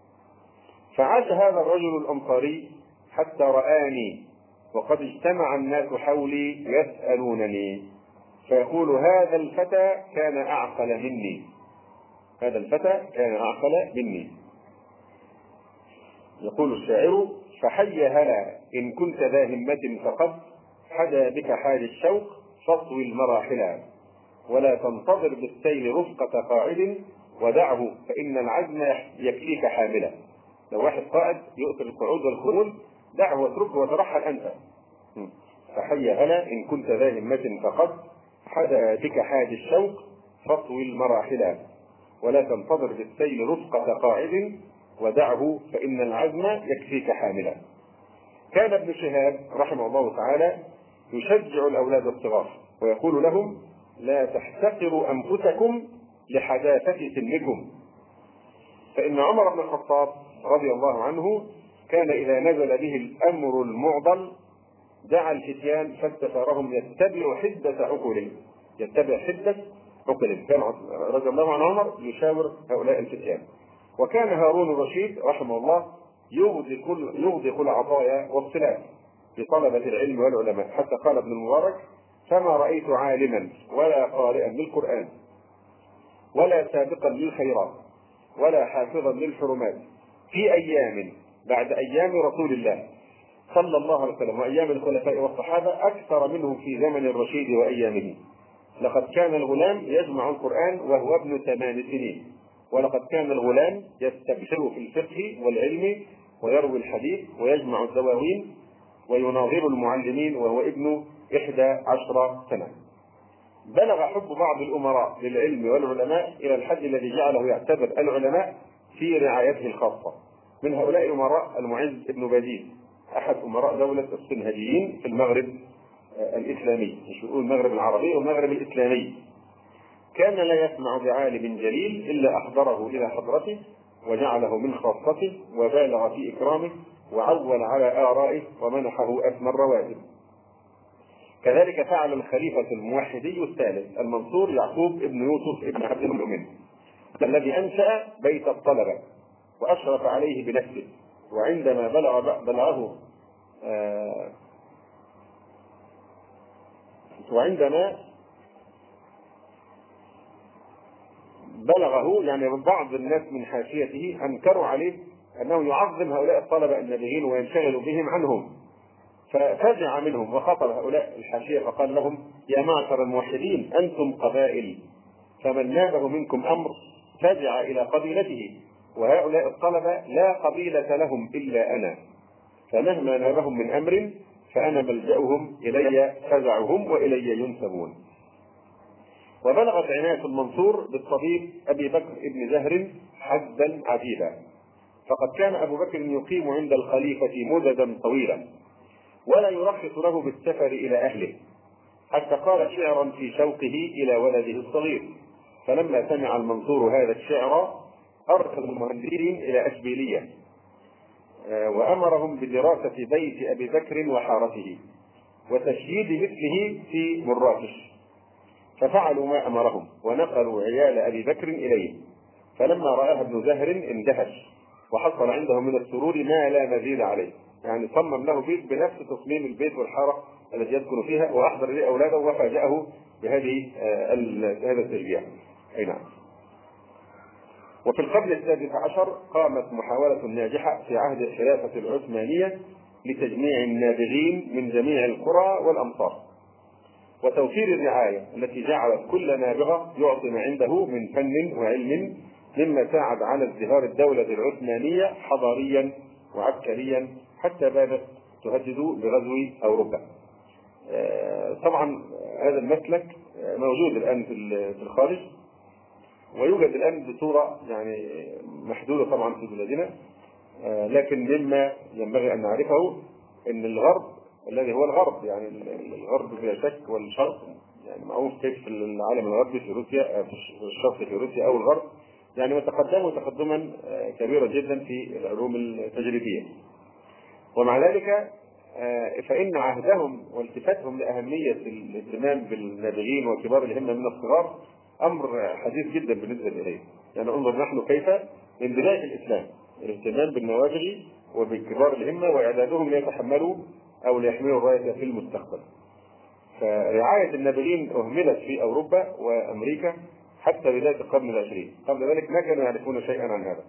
فعاش هذا الرجل الأنصاري حتى رآني وقد اجتمع الناس حولي يسألونني، فيقول هذا الفتى كان أعقل مني، هذا الفتى كان أعقل مني. يقول الشاعر فحي هلا إن كنت ذا همة فقد حدا بك حال الشوق فاطوي المراحل، ولا تنتظر بالسيل رفقة قاعد ودعه فإن العزم يكفيك حاملا. لو واحد قائد يؤثر القعود والخمول دعه واتركه وترحل أنت. فحي هلا إن كنت ذا همة فقد حدا بك حاد الشوق فاطوي المراحل ولا تنتظر بالسيل رفقة قاعد ودعه فإن العزم يكفيك حاملا. كان ابن شهاب رحمه الله تعالى يشجع الأولاد الصغار ويقول لهم لا تحتقروا أنفسكم لحداثة سنكم، فإن عمر بن الخطاب رضي الله عنه كان إذا نزل به الأمر المعضل دعا الفتيان فاستشارهم يتبع حدة عقولهم. كان رضي الله عن عمر يشاور هؤلاء الفتيان. وكان هارون الرشيد رحمه الله يغدق العطايا والصلات لطلبة العلم والعلماء، حتى قال ابن المبارك فما رأيت عالما ولا قارئا للقرآن ولا سابقا للخيرات ولا حافظا للحرمات في أيام بعد أيام رسول الله صلى الله عليه وسلم وأيام الخلفاء والصحابة أكثر منهم في زمن الرشيد وأيامه. لقد كان الغلام يجمع القرآن وهو ابن 8 سنين، ولقد كان الغلام يستبشر في الفقه والعلم ويروي الحديث ويجمع الدواوين ويناظر المعلمين وهو ابن 11 سنة. بلغ حب بعض الأمراء للعلم والعلماء إلى الحد الذي جعله يعتبر العلماء في رعايته الخاصة. من هؤلاء الأمراء المعز ابن بازيز أحد أمراء دولة الصنهاجيين في المغرب الإسلامي، مش بنقول المغرب العربي والمغرب الإسلامي. كان لا يسمع بعالم جليل إلا أحضره إلى حضرته وجعله من خاصته وبالغ في إكرامه وعول على آرائه ومنحه أثمى الرواتب. كذلك فعل الخليفة الموحدي الثالث المنصور يعقوب ابن يوسف ابن عبد المؤمن الذي أنشأ بيت الطلبة وأشرف عليه بنفسه. وعندما بلغه يعني بعض الناس من حاشيته أنكروا عليه أنه يعظم هؤلاء الطلبة النابغين وينشغل بهم عنهم، ففزع منهم وخطب هؤلاء الحاشية فقال لهم يا معشر الموحدين أنتم قبائل، فمن نابه منكم أمر فزع إلى قبيلته، وهؤلاء الطلبة لا قبيلة لهم إلا أنا، فمهما نابهم من أمر فأنا ملجأهم إلي فزعهم وإلي ينسبون. وبلغت عناية المنصور بالطبيب أبي بكر ابن زهر حدا عجيبا، فقد كان أبو بكر يقيم عند الخليفة مددا طويلا ولا يرخص له بالسفر إلى أهله، حتى قال شعرا في شوقه إلى ولده الصغير. فلما سمع المنصور هذا الشعر أرسل المهندسين إلى أشبيلية وأمرهم بدراسة بيت أبي بكر وحارته وتشييد مثله في مراكش، ففعلوا ما أمرهم ونقلوا عيال أبي بكر إليه. فلما رآها ابن زهر اندهش وحصل عنده من السرور ما لا مزيد عليه، يعني صمم له بيت بنفس تصميم البيت والحارة التي يسكن فيها وأحضر إليه أولاده وفاجأه بهذه هذا التشجيع. أي نعم. وفي القرن 16 قامت محاولة ناجحة في عهد الخلافة العثمانية لتجميع النابغين من جميع القرى والأمصار وتوفير الرعاية التي جعلت كل نابغة يعطي ما عنده من فن وعلم، مما ساعد على ازدهار الدولة العثمانية حضاريا وعسكريا حتى باتت تهدد بغزو أوروبا. طبعا هذا المسلك موجود الآن في الخارج ويوجد الآن بصورة يعني محدودة طبعا في بلادنا، لكن مما ينبغي أن نعرفه أن الغرب الذي هو الغرب، يعني الغرب بلا شك والشرق، يعني معروف كيف في العالم الغربي في روسيا في الشرق في روسيا أو الغرب، يعني وتقدموا تقدما كبيرا جدا في العلوم التجريبية. ومع ذلك فإن عهدهم والتفاتهم لأهمية الاهتمام بالنابغين وكبار الهمة من الصغار أمر حديث جدا بالنسبة إليه. يعني انظر نحن كيف من بداية الإسلام الاهتمام بالنوابغ وبكبار الهمة وإعدادهم ليتحملوا أو ليحملوا الراية في المستقبل. فرعاية النابغين أهملت في أوروبا وأمريكا حتى بداية القرن العشرين، قبل ذلك ما كانوا يعرفون شيئا عن هذا،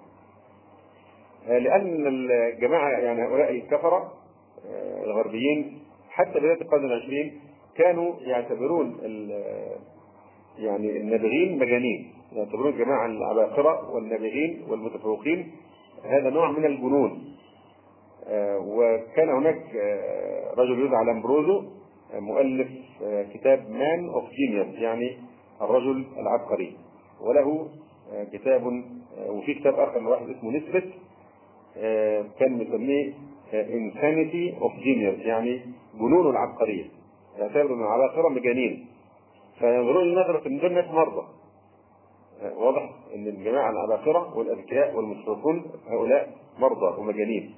لأن الجماعة يعني هؤلاء الكفرة الغربيين حتى بداية القرن العشرين كانوا يعتبرون يعني النابغين مجانين، يعتبرون الجماعة العباقرة والنابغين والمتفوقين هذا نوع من الجنون. وكان هناك رجل يدعى لامبروزو مؤلف كتاب مان اوف جينيوس، يعني الرجل العبقري، وله كتاب، وفي كتاب اخر لواحد اسمه نسبة كان مسميه انسانيتي اوف جينيوس، يعني جنون العبقرية. يعتبر ان العباقرة مجانين، فينظرون لنظرة ان دول ناس مرضى. واضح ان الجماعة العباقرة والاذكياء والمشرفون هؤلاء مرضى ومجانين.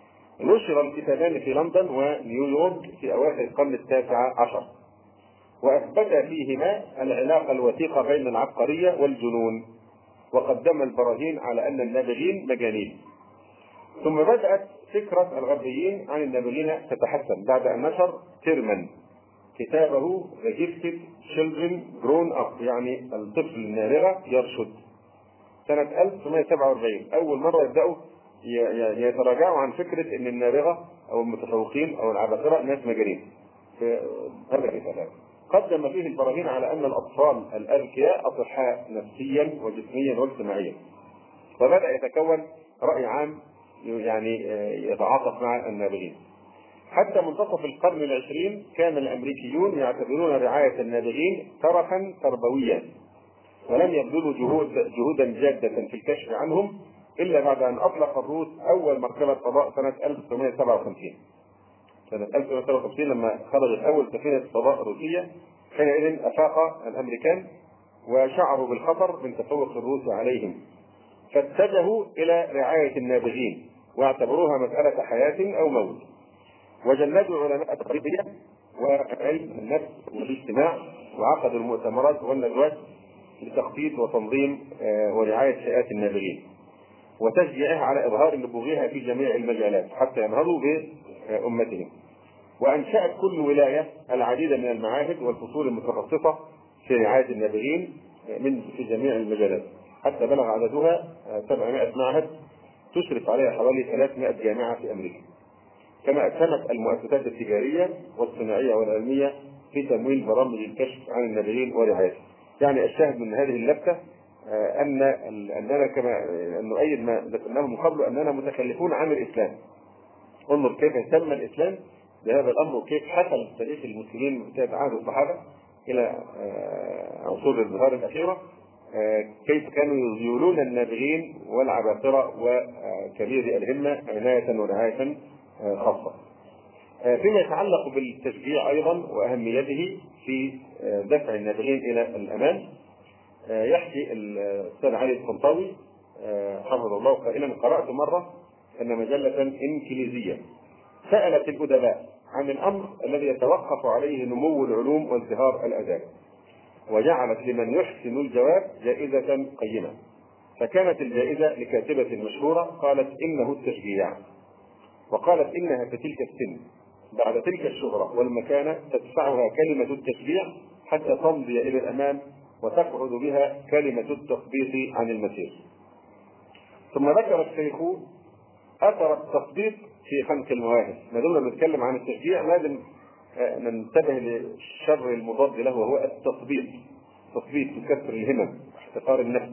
نشر الكتابان في لندن ونيويورك في أواخر القرن التاسع عشر، وأثبت فيهما العلاقة الوثيقة بين العبقرية والجنون، وقدم البراهين على أن النابغين مجانين. ثم بدأت فكرة الغربيين عن النابغين تتحسن بعد أن نشر تيرمان كتابه The Gifted Children Grown Up، يعني الطفل النابغة يرشد، سنة 1947. أول مرة يبدأوا يتراجعوا عن فكرة ان النابغة او المتفوقين او العباقرة ناس مجانين. في هذا الكتاب قدم فيه البراهين على ان الاطفال الاذكياء اصحاء نفسيا وجسميا واجتماعيا، وبدأ يتكون رأي عام يعني يتعاطف مع النابغين. حتى منتصف القرن العشرين كان الامريكيون يعتبرون رعاية النابغين ترفا تربويا، ولم يبذلوا جهودا جادة في الكشف عنهم إلا بعد أن أطلق الروس أول مركبة فضاء سنة 1957. سنة 1957 لما خرجت أول سفينة فضاء روسية، حينئذ أفاق الأمريكان وشعروا بالخطر من تفوق الروس عليهم، فاتجهوا إلى رعاية النابغين واعتبروها مسألة حياة أو موت. وجندوا علماء التربية وعلم النفس والاجتماع، وعقدوا المؤتمرات والندوات لتخطيط وتنظيم ورعاية فئات النابغين، وتشجيعها على إظهار نبوغها في جميع المجالات حتى ينهضوا بأمتهم. وأنشأت كل ولاية العديد من المعاهد والفصول المتخصصة في رعاية النابغين في جميع المجالات، حتى بلغ عددها 700 معهد تشرف عليها حوالي 300 جامعة في أمريكا. كما أسهمت المؤسسات التجارية والصناعية والعلمية في تمويل برامج الكشف عن النابغين ورعايته. يعني الشاهد من هذه اللفتة أننا كما نؤيد ما ذكرناه من قبل، أننا متخلفون عن الإسلام. انظر كيف اهتم الإسلام بهذا الأمر، وكيف حصل تاريخ المسلمين من عهد الصحابة إلى عصور الازدهار الأخيرة، كيف كانوا يزيلون النابغين والعباقرة وكبير الهمة عناية ورعاية خاصة. فيما يتعلق بالتشجيع أيضا وأهميته في دفع النابغين إلى الأمام، يحكي الأستاذ علي الطنطاوي حفظه الله قائلا: قرأت مرة أن مجلة إنجليزية سألت الأدباء عن الأمر الذي يتوقف عليه نمو العلوم وازدهار الآداب، وجعلت لمن يحسن الجواب جائزة قيمة. فكانت الجائزة لكاتبة مشهورة قالت إنه التشجيع، وقالت إنها في تلك السن بعد تلك الشهرة والمكانة تدفعها كلمة التشجيع حتى تمضي إلى الأمام وتقعد بها كلمة التثبيط عن المسير. ثم ذكر الشيخ أثر التثبيط في خنق المواهب. ما دمنا بنتكلم عن التشجيع لازم ننتبه للشر المضاد له، وهو التثبيط. تثبيط كسر الهمم واحتقار النفس.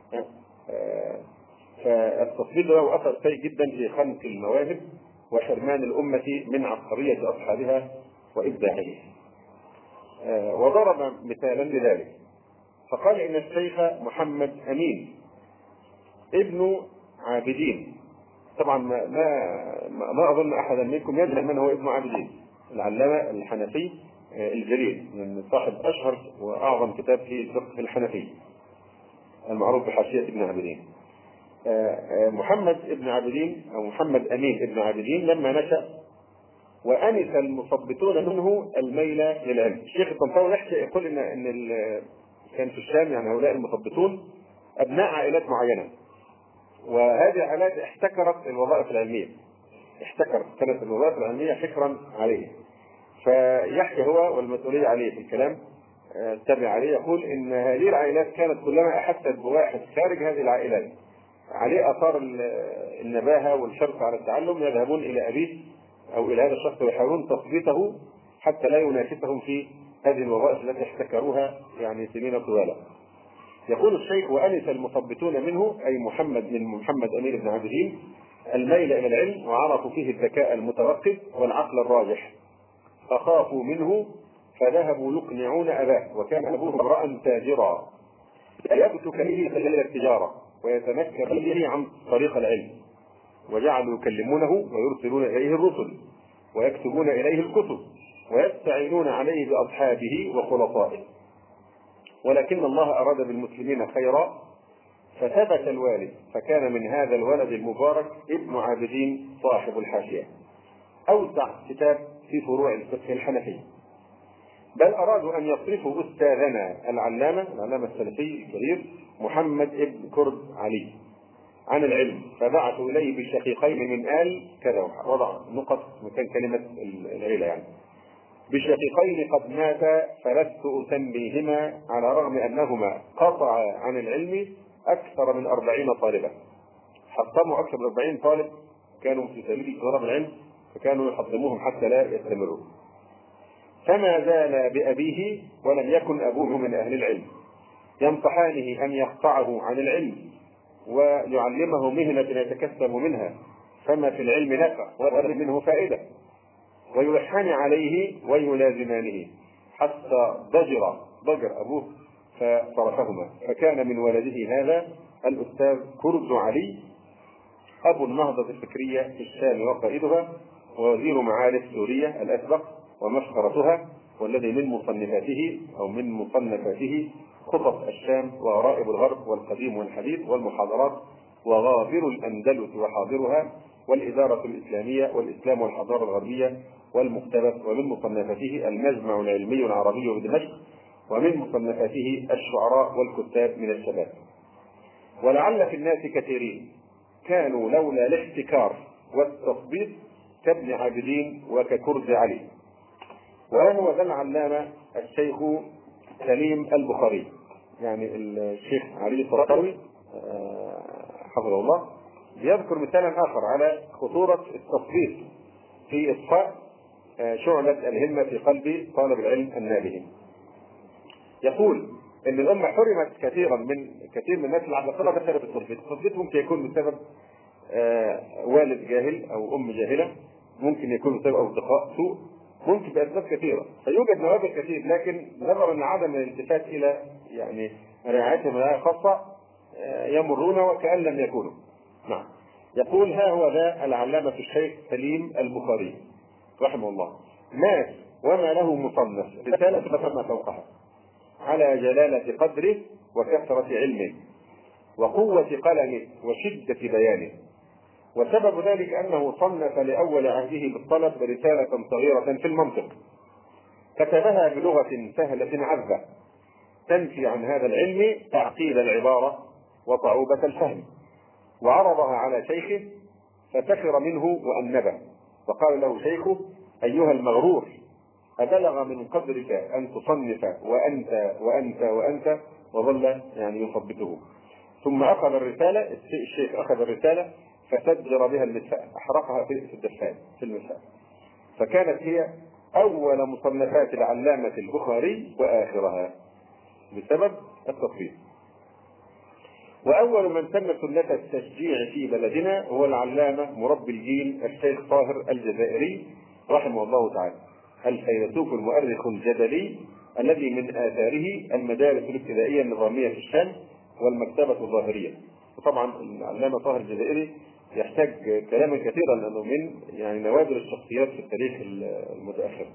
فالتثبيط له أثر سيء جدا في خنق المواهب وحرمان الأمة من عبقرية أصحابها وإبداعهم. وضرب مثالا لذلك فقال إن الشيخ محمد أمين ابن عابدين، طبعا ما أظن أحدا منكم يجهل من هو ابن عابدين، العلامة الحنفي الجليل، من صاحب أشهر وأعظم كتاب في الفقه الحنفي المعروف بحاشية ابن عابدين. محمد ابن عابدين أو محمد أمين ابن عابدين لما نشأ وأنس المثبطون منه الميل للعلم. الشيخ الطنطاوي يحكي يقول إن كان في الشام يعني هؤلاء المثبطون أبناء عائلات معينة، وهذه العائلات احتكرت الوظائف العلمية، كانت الوظائف العلمية فكرا عليه. فيحكي هو والمسؤولية عليه في الكلام التابع عليه، يقول إن هذه العائلات كانت كلما أحست بواحد خارج هذه العائلات عليه آثار النباهة والحرص على التعلم يذهبون إلى أبيه أو إلى هذا الشخص ويحاولون تثبيته حتى لا ينافسهم في هذه الوظائف التي احتكروها يعني سنين طوال. يقول الشيخ: وأنس المثبتون منه، أي محمد أمين بن عابدين، الميل إلى العلم، وعرفوا فيه الذكاء المترقب والعقل الراجح، فخافوا منه فذهبوا يقنعون أباه، وكان أبوه امرأ تاجرا يبتك به سبيل التجارة ويتمكن به عن طريق العلم، وجعلوا يكلمونه ويرسلون إليه الرسل ويكتبون إليه الكتب ويستعينون عليه بأصحابه وخلطائه، ولكن الله أراد بالمسلمين خيرا فثبت الوالد، فكان من هذا الولد المبارك ابن عابدين صاحب الحاشية، أوسع كتاب في فروع الفقه الحنفي. بل أرادوا أن يصرفوا أستاذنا العلامة السلفي الكبير محمد ابن كرد علي عن العلم، فبعثوا إليه بالشقيقين من آل كذا، وضع نقط مكان كلمة العيلة يعني، بشقيقين قد ماتا فلست أسميهما، على رغم أنهما قطعا عن العلم أكثر من 40 طالبا. حطموا أكثر من 40 طالب كانوا في سبيل طلب العلم، فكانوا يحطموهم حتى لا يستمروا. فما زال بأبيه ولم يكن أبوه من أهل العلم، ينصحانه أن يقطعه عن العلم ويعلمه مهنة يتكسب منها، فما في العلم نفع ولا منه فائدة، ويلحن عليه ويلازمانه، حتى ضجر أبوه فصرفهما. فكان من ولده هذا الأستاذ كرد علي أبو النهضة الفكرية في الشام وقائدها، ووزير معارف سوريا الأسبق ومفخرتها، والذي من مصنفاته خطط الشام وغرائب الغرب والقديم والحديث والمحاضرات وغابر الأندلس وحاضرها والإدارة الإسلامية والإسلام والحضارة الغربية والمقتبس، ومن مصنفاته المجمع العلمي العربي بدمشق، ومن مصنفاته الشعراء والكتاب من الشباب. ولعل في الناس كثيرين كانوا لولا الاحتكار والتثبيط كابن عابدين وككرد علي. وهو ذا العلامة الشيخ سليم البخاري، يعني الشيخ علي الطراوي حفظه الله، يذكر مثالا آخر على خطورة التثبيط في إطفاء شعلة الهمة في قلب طالب العلم النابه. يقول ان الامه حرمت كثير من الناس اللي على طلب التثبيت. التثبيت ممكن يكون بسبب والد جاهل او ام جاهله، ممكن يكون بسبب اصدقاء سوء، ممكن باسباب كثيره، فيوجد نوابغ كثير، لكن نظرا لعدم الالتفات الى يعني رعايتهم رعايه خاصه يمرون وكأن لم يكونوا. نعم. يقول: ها هو ذا العلامة الشيخ سليم البخاري رحمه الله مات وما له مصنف، رسالة فما فوقها، على جلالة قدره وكثرة علمه وقوة قلمه وشدة بيانه. وسبب ذلك أنه صنف لأول عهده بالطلب رسالة صغيرة في المنطق، كتبها بلغة سهلة عذبة تنفي عن هذا العلم تعقيد العبارة وصعوبة الفهم، وعرضها على شيخه فسخر منه وأنبه، وقال له شيخه: أيها المغرور، أبلغ من قدرك أن تصنف وأنت، وظل يعني يثبته. ثم أخذ الرسالة، الشيخ أخذ الرسالة فسجر بها المدفأة، أحرقها في الدفان في المدفأة، فكانت هي أول مصنفات العلامة البخاري وآخرها بسبب التطبيق. وأول من سن سنة التشجيع في بلدنا هو العلامة مربي الجيل الشيخ طاهر الجزائري رحمه الله تعالى، الفيلسوف المؤرخ الجدلي الذي من آثاره المدارس الابتدائية النظامية في الشام والمكتبة الظاهرية. وطبعا العلامة طاهر الجزائري يحتاج كلاما كثيرا لأنه من يعني نوادر الشخصيات في التاريخ المتأخر.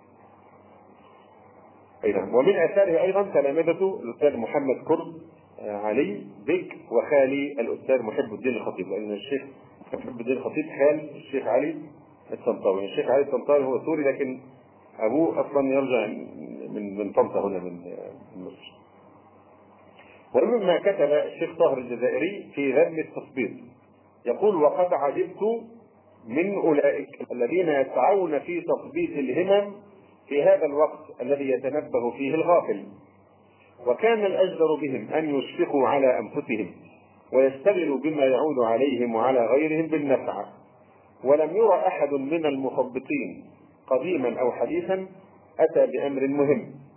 ومن آثاره أيضا تلامذته الأستاذ محمد كرد علي بك وخالي الأستاذ محب الدين الخطيب، لأن الشيخ محب الدين الخطيب خال الشيخ علي الطنطاوي. الشيخ علي الطنطاوي هو سوري، لكن أبوه أصلا يرجع من طنطا هنا من مصر. ومما كتب الشيخ طاهر الجزائري في ذم التثبيط يقول: وقد عجبت من أولئك الذين يسعون في تثبيت الهمم في هذا الوقت الذي يتنبه فيه الغافل، وكان الأجدر بهم أن يشفقوا على أنفسهم ويشتغلوا بما يعود عليهم وعلى غيرهم بالنفع. ولم يرى أحد من المثبطين قديما أو حديثا أتى بأمر مهم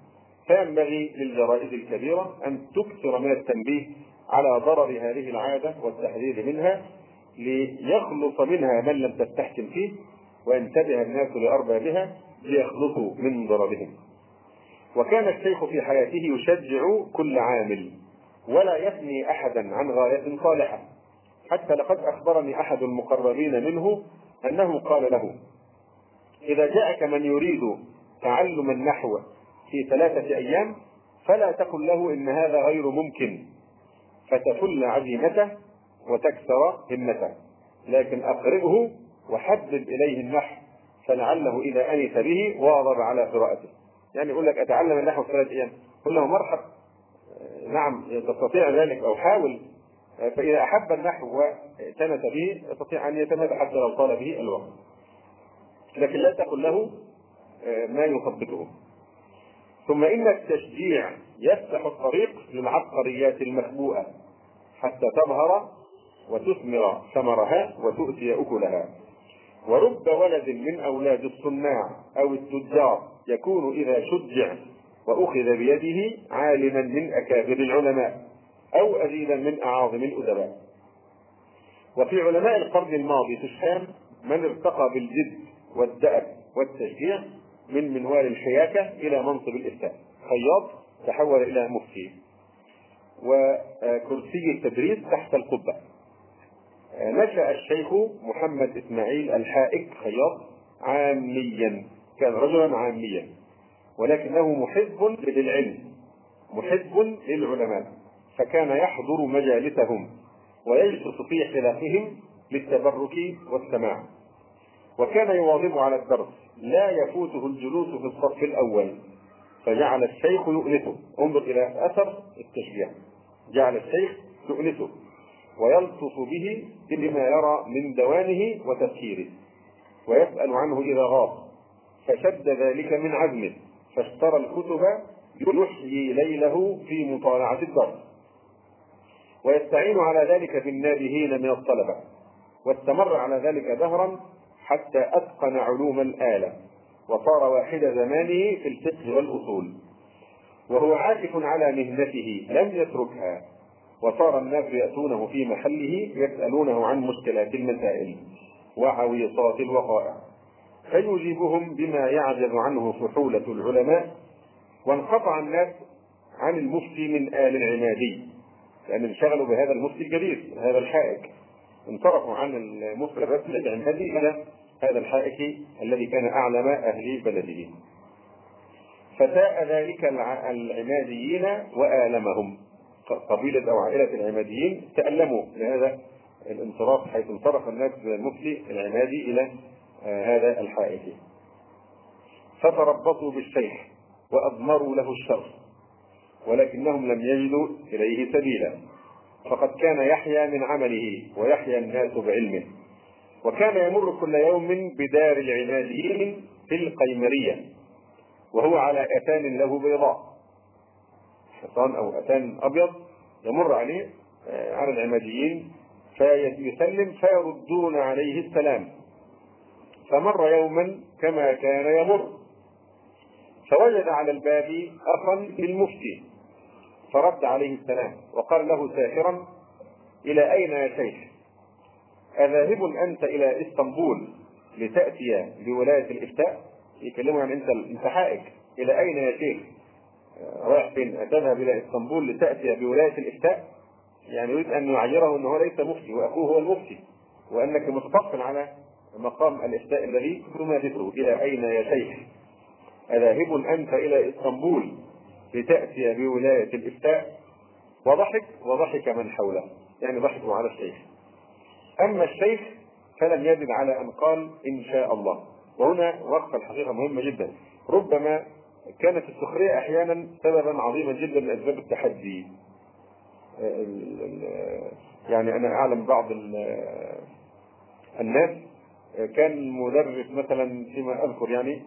فينبغي للجرائد الكبيرة أن تكثر من التنبيه على ضرر هذه العادة والتحذير منها، ليخلص منها من لم تستحكم فيه، وينتبه الناس لأربابها ليخلصوا من ضررهم. وكان الشيخ في حياته يشجع كل عامل ولا يثني أحدا عن غاية صالحة، حتى لقد أخبرني أحد المقربين منه أنه قال له: إذا جاءك من يريد تعلم النحو في 3 أيام فلا تقل له إن هذا غير ممكن فتفل عزيمته وتكسر همته، لكن أقربه وحبب إليه النحو فلعله إذا أنس به واظب على قراءته. يعني يقول لك أتعلم النحو في 3 أيام، قل له مرحب، نعم تستطيع ذلك أو حاول، فإذا أحب النحو واعتنت به يستطيع أن يتمادى حتى لو طال به الوقت، لكن لا تقل له ما يثبته. ثم إن التشجيع يفتح الطريق للعبقريات المخبوءة حتى تظهر وتثمر ثمرها وتؤتي أكلها. ورب ولد من أولاد الصناع أو التجار يكون إذا شجع وأخذ بيده عالما من أكابر العلماء أو أديبا من أعاظم الأدباء. وفي علماء القرن الماضي في الشام من ارتقى بالجد والدأب والتشجيع من منوال الحياكة إلى منصب الإفتاء. خياط تحول إلى مفتي، وكرسي التدريس تحت القبة. نشأ الشيخ محمد إسماعيل الحائك خياط عاميا، كان رجلا عاميا ولكنه محب للعلم محب للعلماء، فكان يحضر مجالسهم ويجلس في حلقهم للتبرك والسماع، وكان يواظب على الدرس لا يفوته الجلوس في الصف الأول، فجعل الشيخ يؤنسه. انظر إلى أثر التشجيع، جعل الشيخ يؤنسه ويلطف به بما يرى من دوانه وتفكيره، ويسأل عنه إذا غاب، فشد ذلك من عزمه فاشترى الكتب يحيي ليله في مطالعة الدرس، ويستعين على ذلك بالنابهين من الطلبة، واستمر على ذلك دهرا حتى أتقن علوم الآلة وصار واحد زمانه في الفقه والأصول، وهو عاكف على مهنته لم يتركها، وصار الناس يأتونه في محله يسألونه عن مشكلات المسائل وعويصات الوقائع فيجيبهم بما يعجز عنه فحولة العلماء. وانقطع الناس عن المفتي من آل العمادي، لأن انشغلوا بهذا المفتي الجديد هذا الحائك، انصرفوا عن المفتي الرسمي العمادي إلى هذا الحائك الذي كان أعلم أهل بلده، فساء ذلك العماديين وآلمهم. قبيلة أو عائلة العماديين تألموا لهذا الانصراف، حيث انصرف الناس المفتي العمادي إلى هذا الحائك، فتربصوا بالشيخ وأضمروا له الشر، ولكنهم لم يجدوا إليه سبيلا، فقد كان يحيا من عمله ويحيا الناس بعلمه، وكان يمر كل يوم بدار العماديين في القيمرية وهو على أتان له بيضاء، حصان أو أتان أبيض يمر عليه على العماديين فيسلم فيردون عليه السلام. فمر يوما كما كان يمر فوجد على الباب أخا للمفتي فرد عليه السلام وقال له ساخرا: إلى أين يا شيخ؟ أذاهب أنت إلى إسطنبول لتأتي بولاية الإفتاء؟ يكلمه عن أنت حائك، إلى أين يا شيخ؟ رايح فين؟ أتذهب إلى إسطنبول لتأتي بولاية الإفتاء؟ يعني يريد أن يعيره أنه ليس مفتي وأخوه هو المفتي، وأنك متفق على مقام الإفتاء الذي تمارسه. إلى أين يا شيخ؟ أذاهب أنت إلى إسطنبول لتأتي بولاية الإفتاء؟ وضحك من حوله، يعني ضحكوا على الشيخ. أما الشيخ فلم يزد على أن قال إن شاء الله. وهنا وقفة الحقيقة مهمة جدا، ربما كانت السخرية أحيانا سببا عظيما جدا من أسباب التحدي. يعني أنا أعلم بعض الناس كان مدرس مثلا فيما أذكر، يعني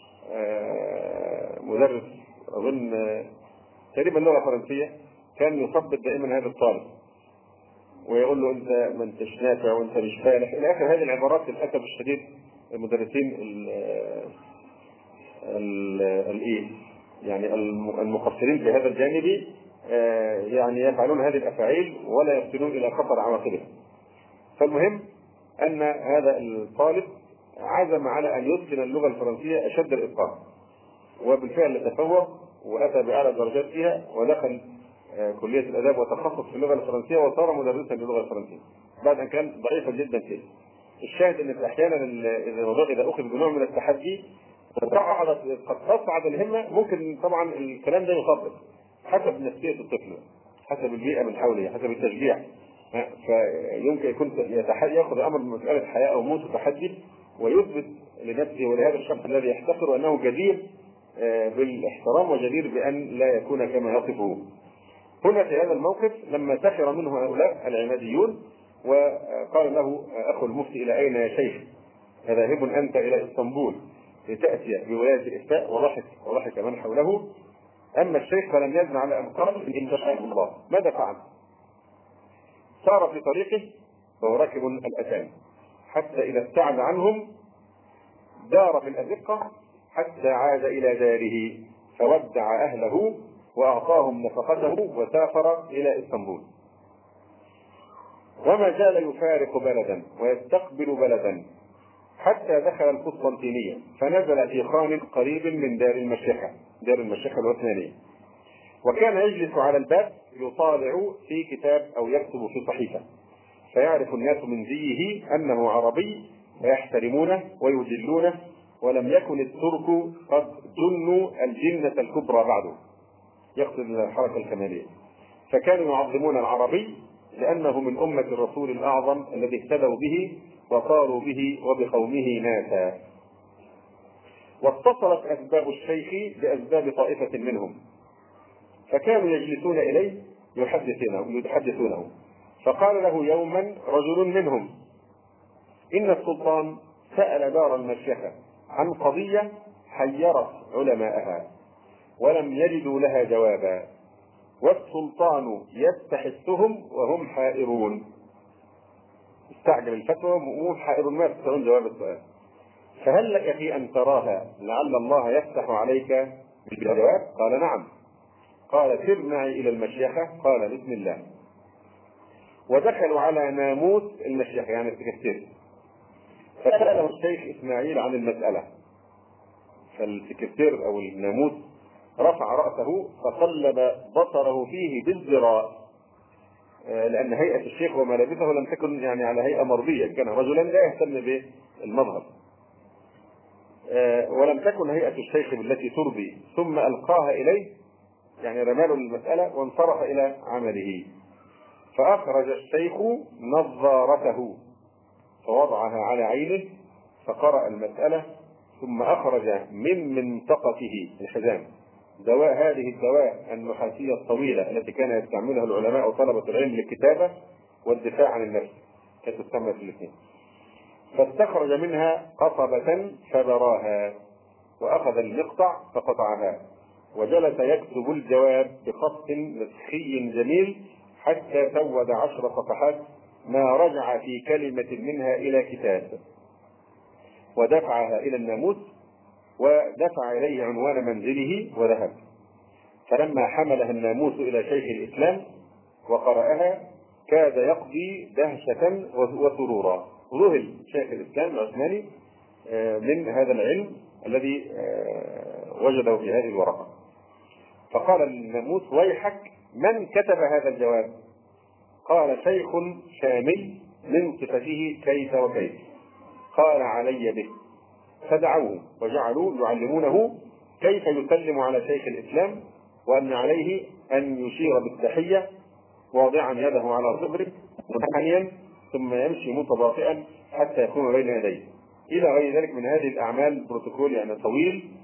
مدرس أظن تقريبا لغة فرنسية، كان يثبت دائما هذا الطالب ويقول له أنت ما أنتش نافع وأنت مش فالح إلى آخر هذه العبارات. للأسف الشديد المدرسين يعني المقصرين في هذا الجانب يعني يفعلون هذه الافاعيل ولا يصلون الى خطر عواقبها. فالمهم ان هذا الطالب عزم على ان يتقن اللغه الفرنسيه اشد الاتقان، وبالفعل تفوق واتى باعلى الدرجات فيها، ودخل كليه الاداب وتخصص في اللغه الفرنسيه وصار مدرسا للغه الفرنسيه بعد ان كان ضعيفا جدا فيه. الشاهد ان احيانا الموضوع اذا اخذ بنوع من التحدي قد تصعد الهمه، ممكن طبعا الكلام ده يخبط حسب نفسيه الطفل، حسب البيئه من حوله، حسب التشجيع. فيمكن يكون ياخذ امر من مساله حياه او موت وتحدي، ويثبت لنفسه ولهذا الشخص الذي يحتقر انه جدير بالاحترام وجدير بان لا يكون كما يصفه. هنا في هذا الموقف لما سخر منه هؤلاء العماديون وقال له اخو المفتي: الى اين يا شيخ؟ ذاهب انت الى اسطنبول لتاتي بولايه الافتاء؟ وضحك من حوله. اما الشيخ فلم يزن على ان قال: ان شاء الله. ماذا فعل؟ سار في طريقه وهو راكب الاتان حتى اذا ابتعد عنهم دار في الازقه حتى عاد الى داره فودع اهله واعطاهم نفقته وسافر الى اسطنبول. وما زال يفارق بلدا ويستقبل بلدا حتى دخل القسطنطينيه فنزل في خان قريب من دار المشيخه العثمانيه، وكان يجلس على الباب يطالع في كتاب او يكتب في صحيفه، فيعرف الناس من زيه انه عربي فيحترمونه ويجلونه، ولم يكن الترك قد جنوا الجنه الكبرى بعده، يقصد الحركه الكماليه، فكانوا يعظمون العربي لانه من امه الرسول الاعظم الذي اهتدوا به وصاروا به وبقومه ناسا. واتصلت اسباب الشيخ باسباب طائفه منهم، فكانوا يجلسون اليه يحدثونه. فقال له يوما رجل منهم: ان السلطان سال دار المشيخه عن قضيه حيرت علماءها ولم يجدوا لها جوابا، والسلطان يستحثهم وهم حائرون. استعجل الفتوى وهم حائرون ما يستطيعون جواب السؤال. فهل لك في ان تراها لعل الله يفتح عليك بالجواب؟ قال: نعم. قال: سر معي الى المشيخه. قال: بسم الله. ودخلوا على ناموس المشيخه يعني السكرتير، فسأله الشيخ اسماعيل عن المسألة. فالسكرتير او الناموس رفع رأسه فقلب بصره فيه بالذراع، لأن هيئة الشيخ وملابسه لم تكن يعني على هيئة مرضية، كان رجلا لا يهتم بالمظهر، ولم تكن هيئة الشيخ بالتي ترضي. ثم ألقاها إليه يعني رماله المسألة وانصرف إلى عمله. فأخرج الشيخ نظارته فوضعها على عينه فقرأ المسألة، ثم أخرج من منطقته الحزام دواء، هذه الدواء النحاسية الطويلة التي كان يستعملها العلماء وطلبة العلم للكتابة والدفاع عن النفس، كانت تسمى في الاثنين. فاستخرج منها قصبة فبراها وأخذ المقطع فقطعها، وجلس يكتب الجواب بخط نسخي جميل حتى سود 10 صفحات، ما رجع في كلمة منها إلى كتاب، ودفعها إلى الناموس ودفع إليه عنوان منزله وذهب. فلما حملها الناموس إلى شيخ الإسلام وقرأها كاد يقضي دهشة وسرورا. ذهل شيخ الإسلام العثماني من هذا العلم الذي وجده في هذه الورقة. فقال الناموس: ويحك، من كتب هذا الجواب؟ قال: شيخ شامي من صفته كيف وكيف. قال: علي به. فدعوه وجعلوا يعلمونه كيف يسلم على شيخ الإسلام، وأن عليه أن يشير بالتحية واضعا يده على صدره منحنيا، ثم يمشي متباطئا حتى يكون بين يديه، إلى غير ذلك من هذه الأعمال. بروتوكول يعني طويل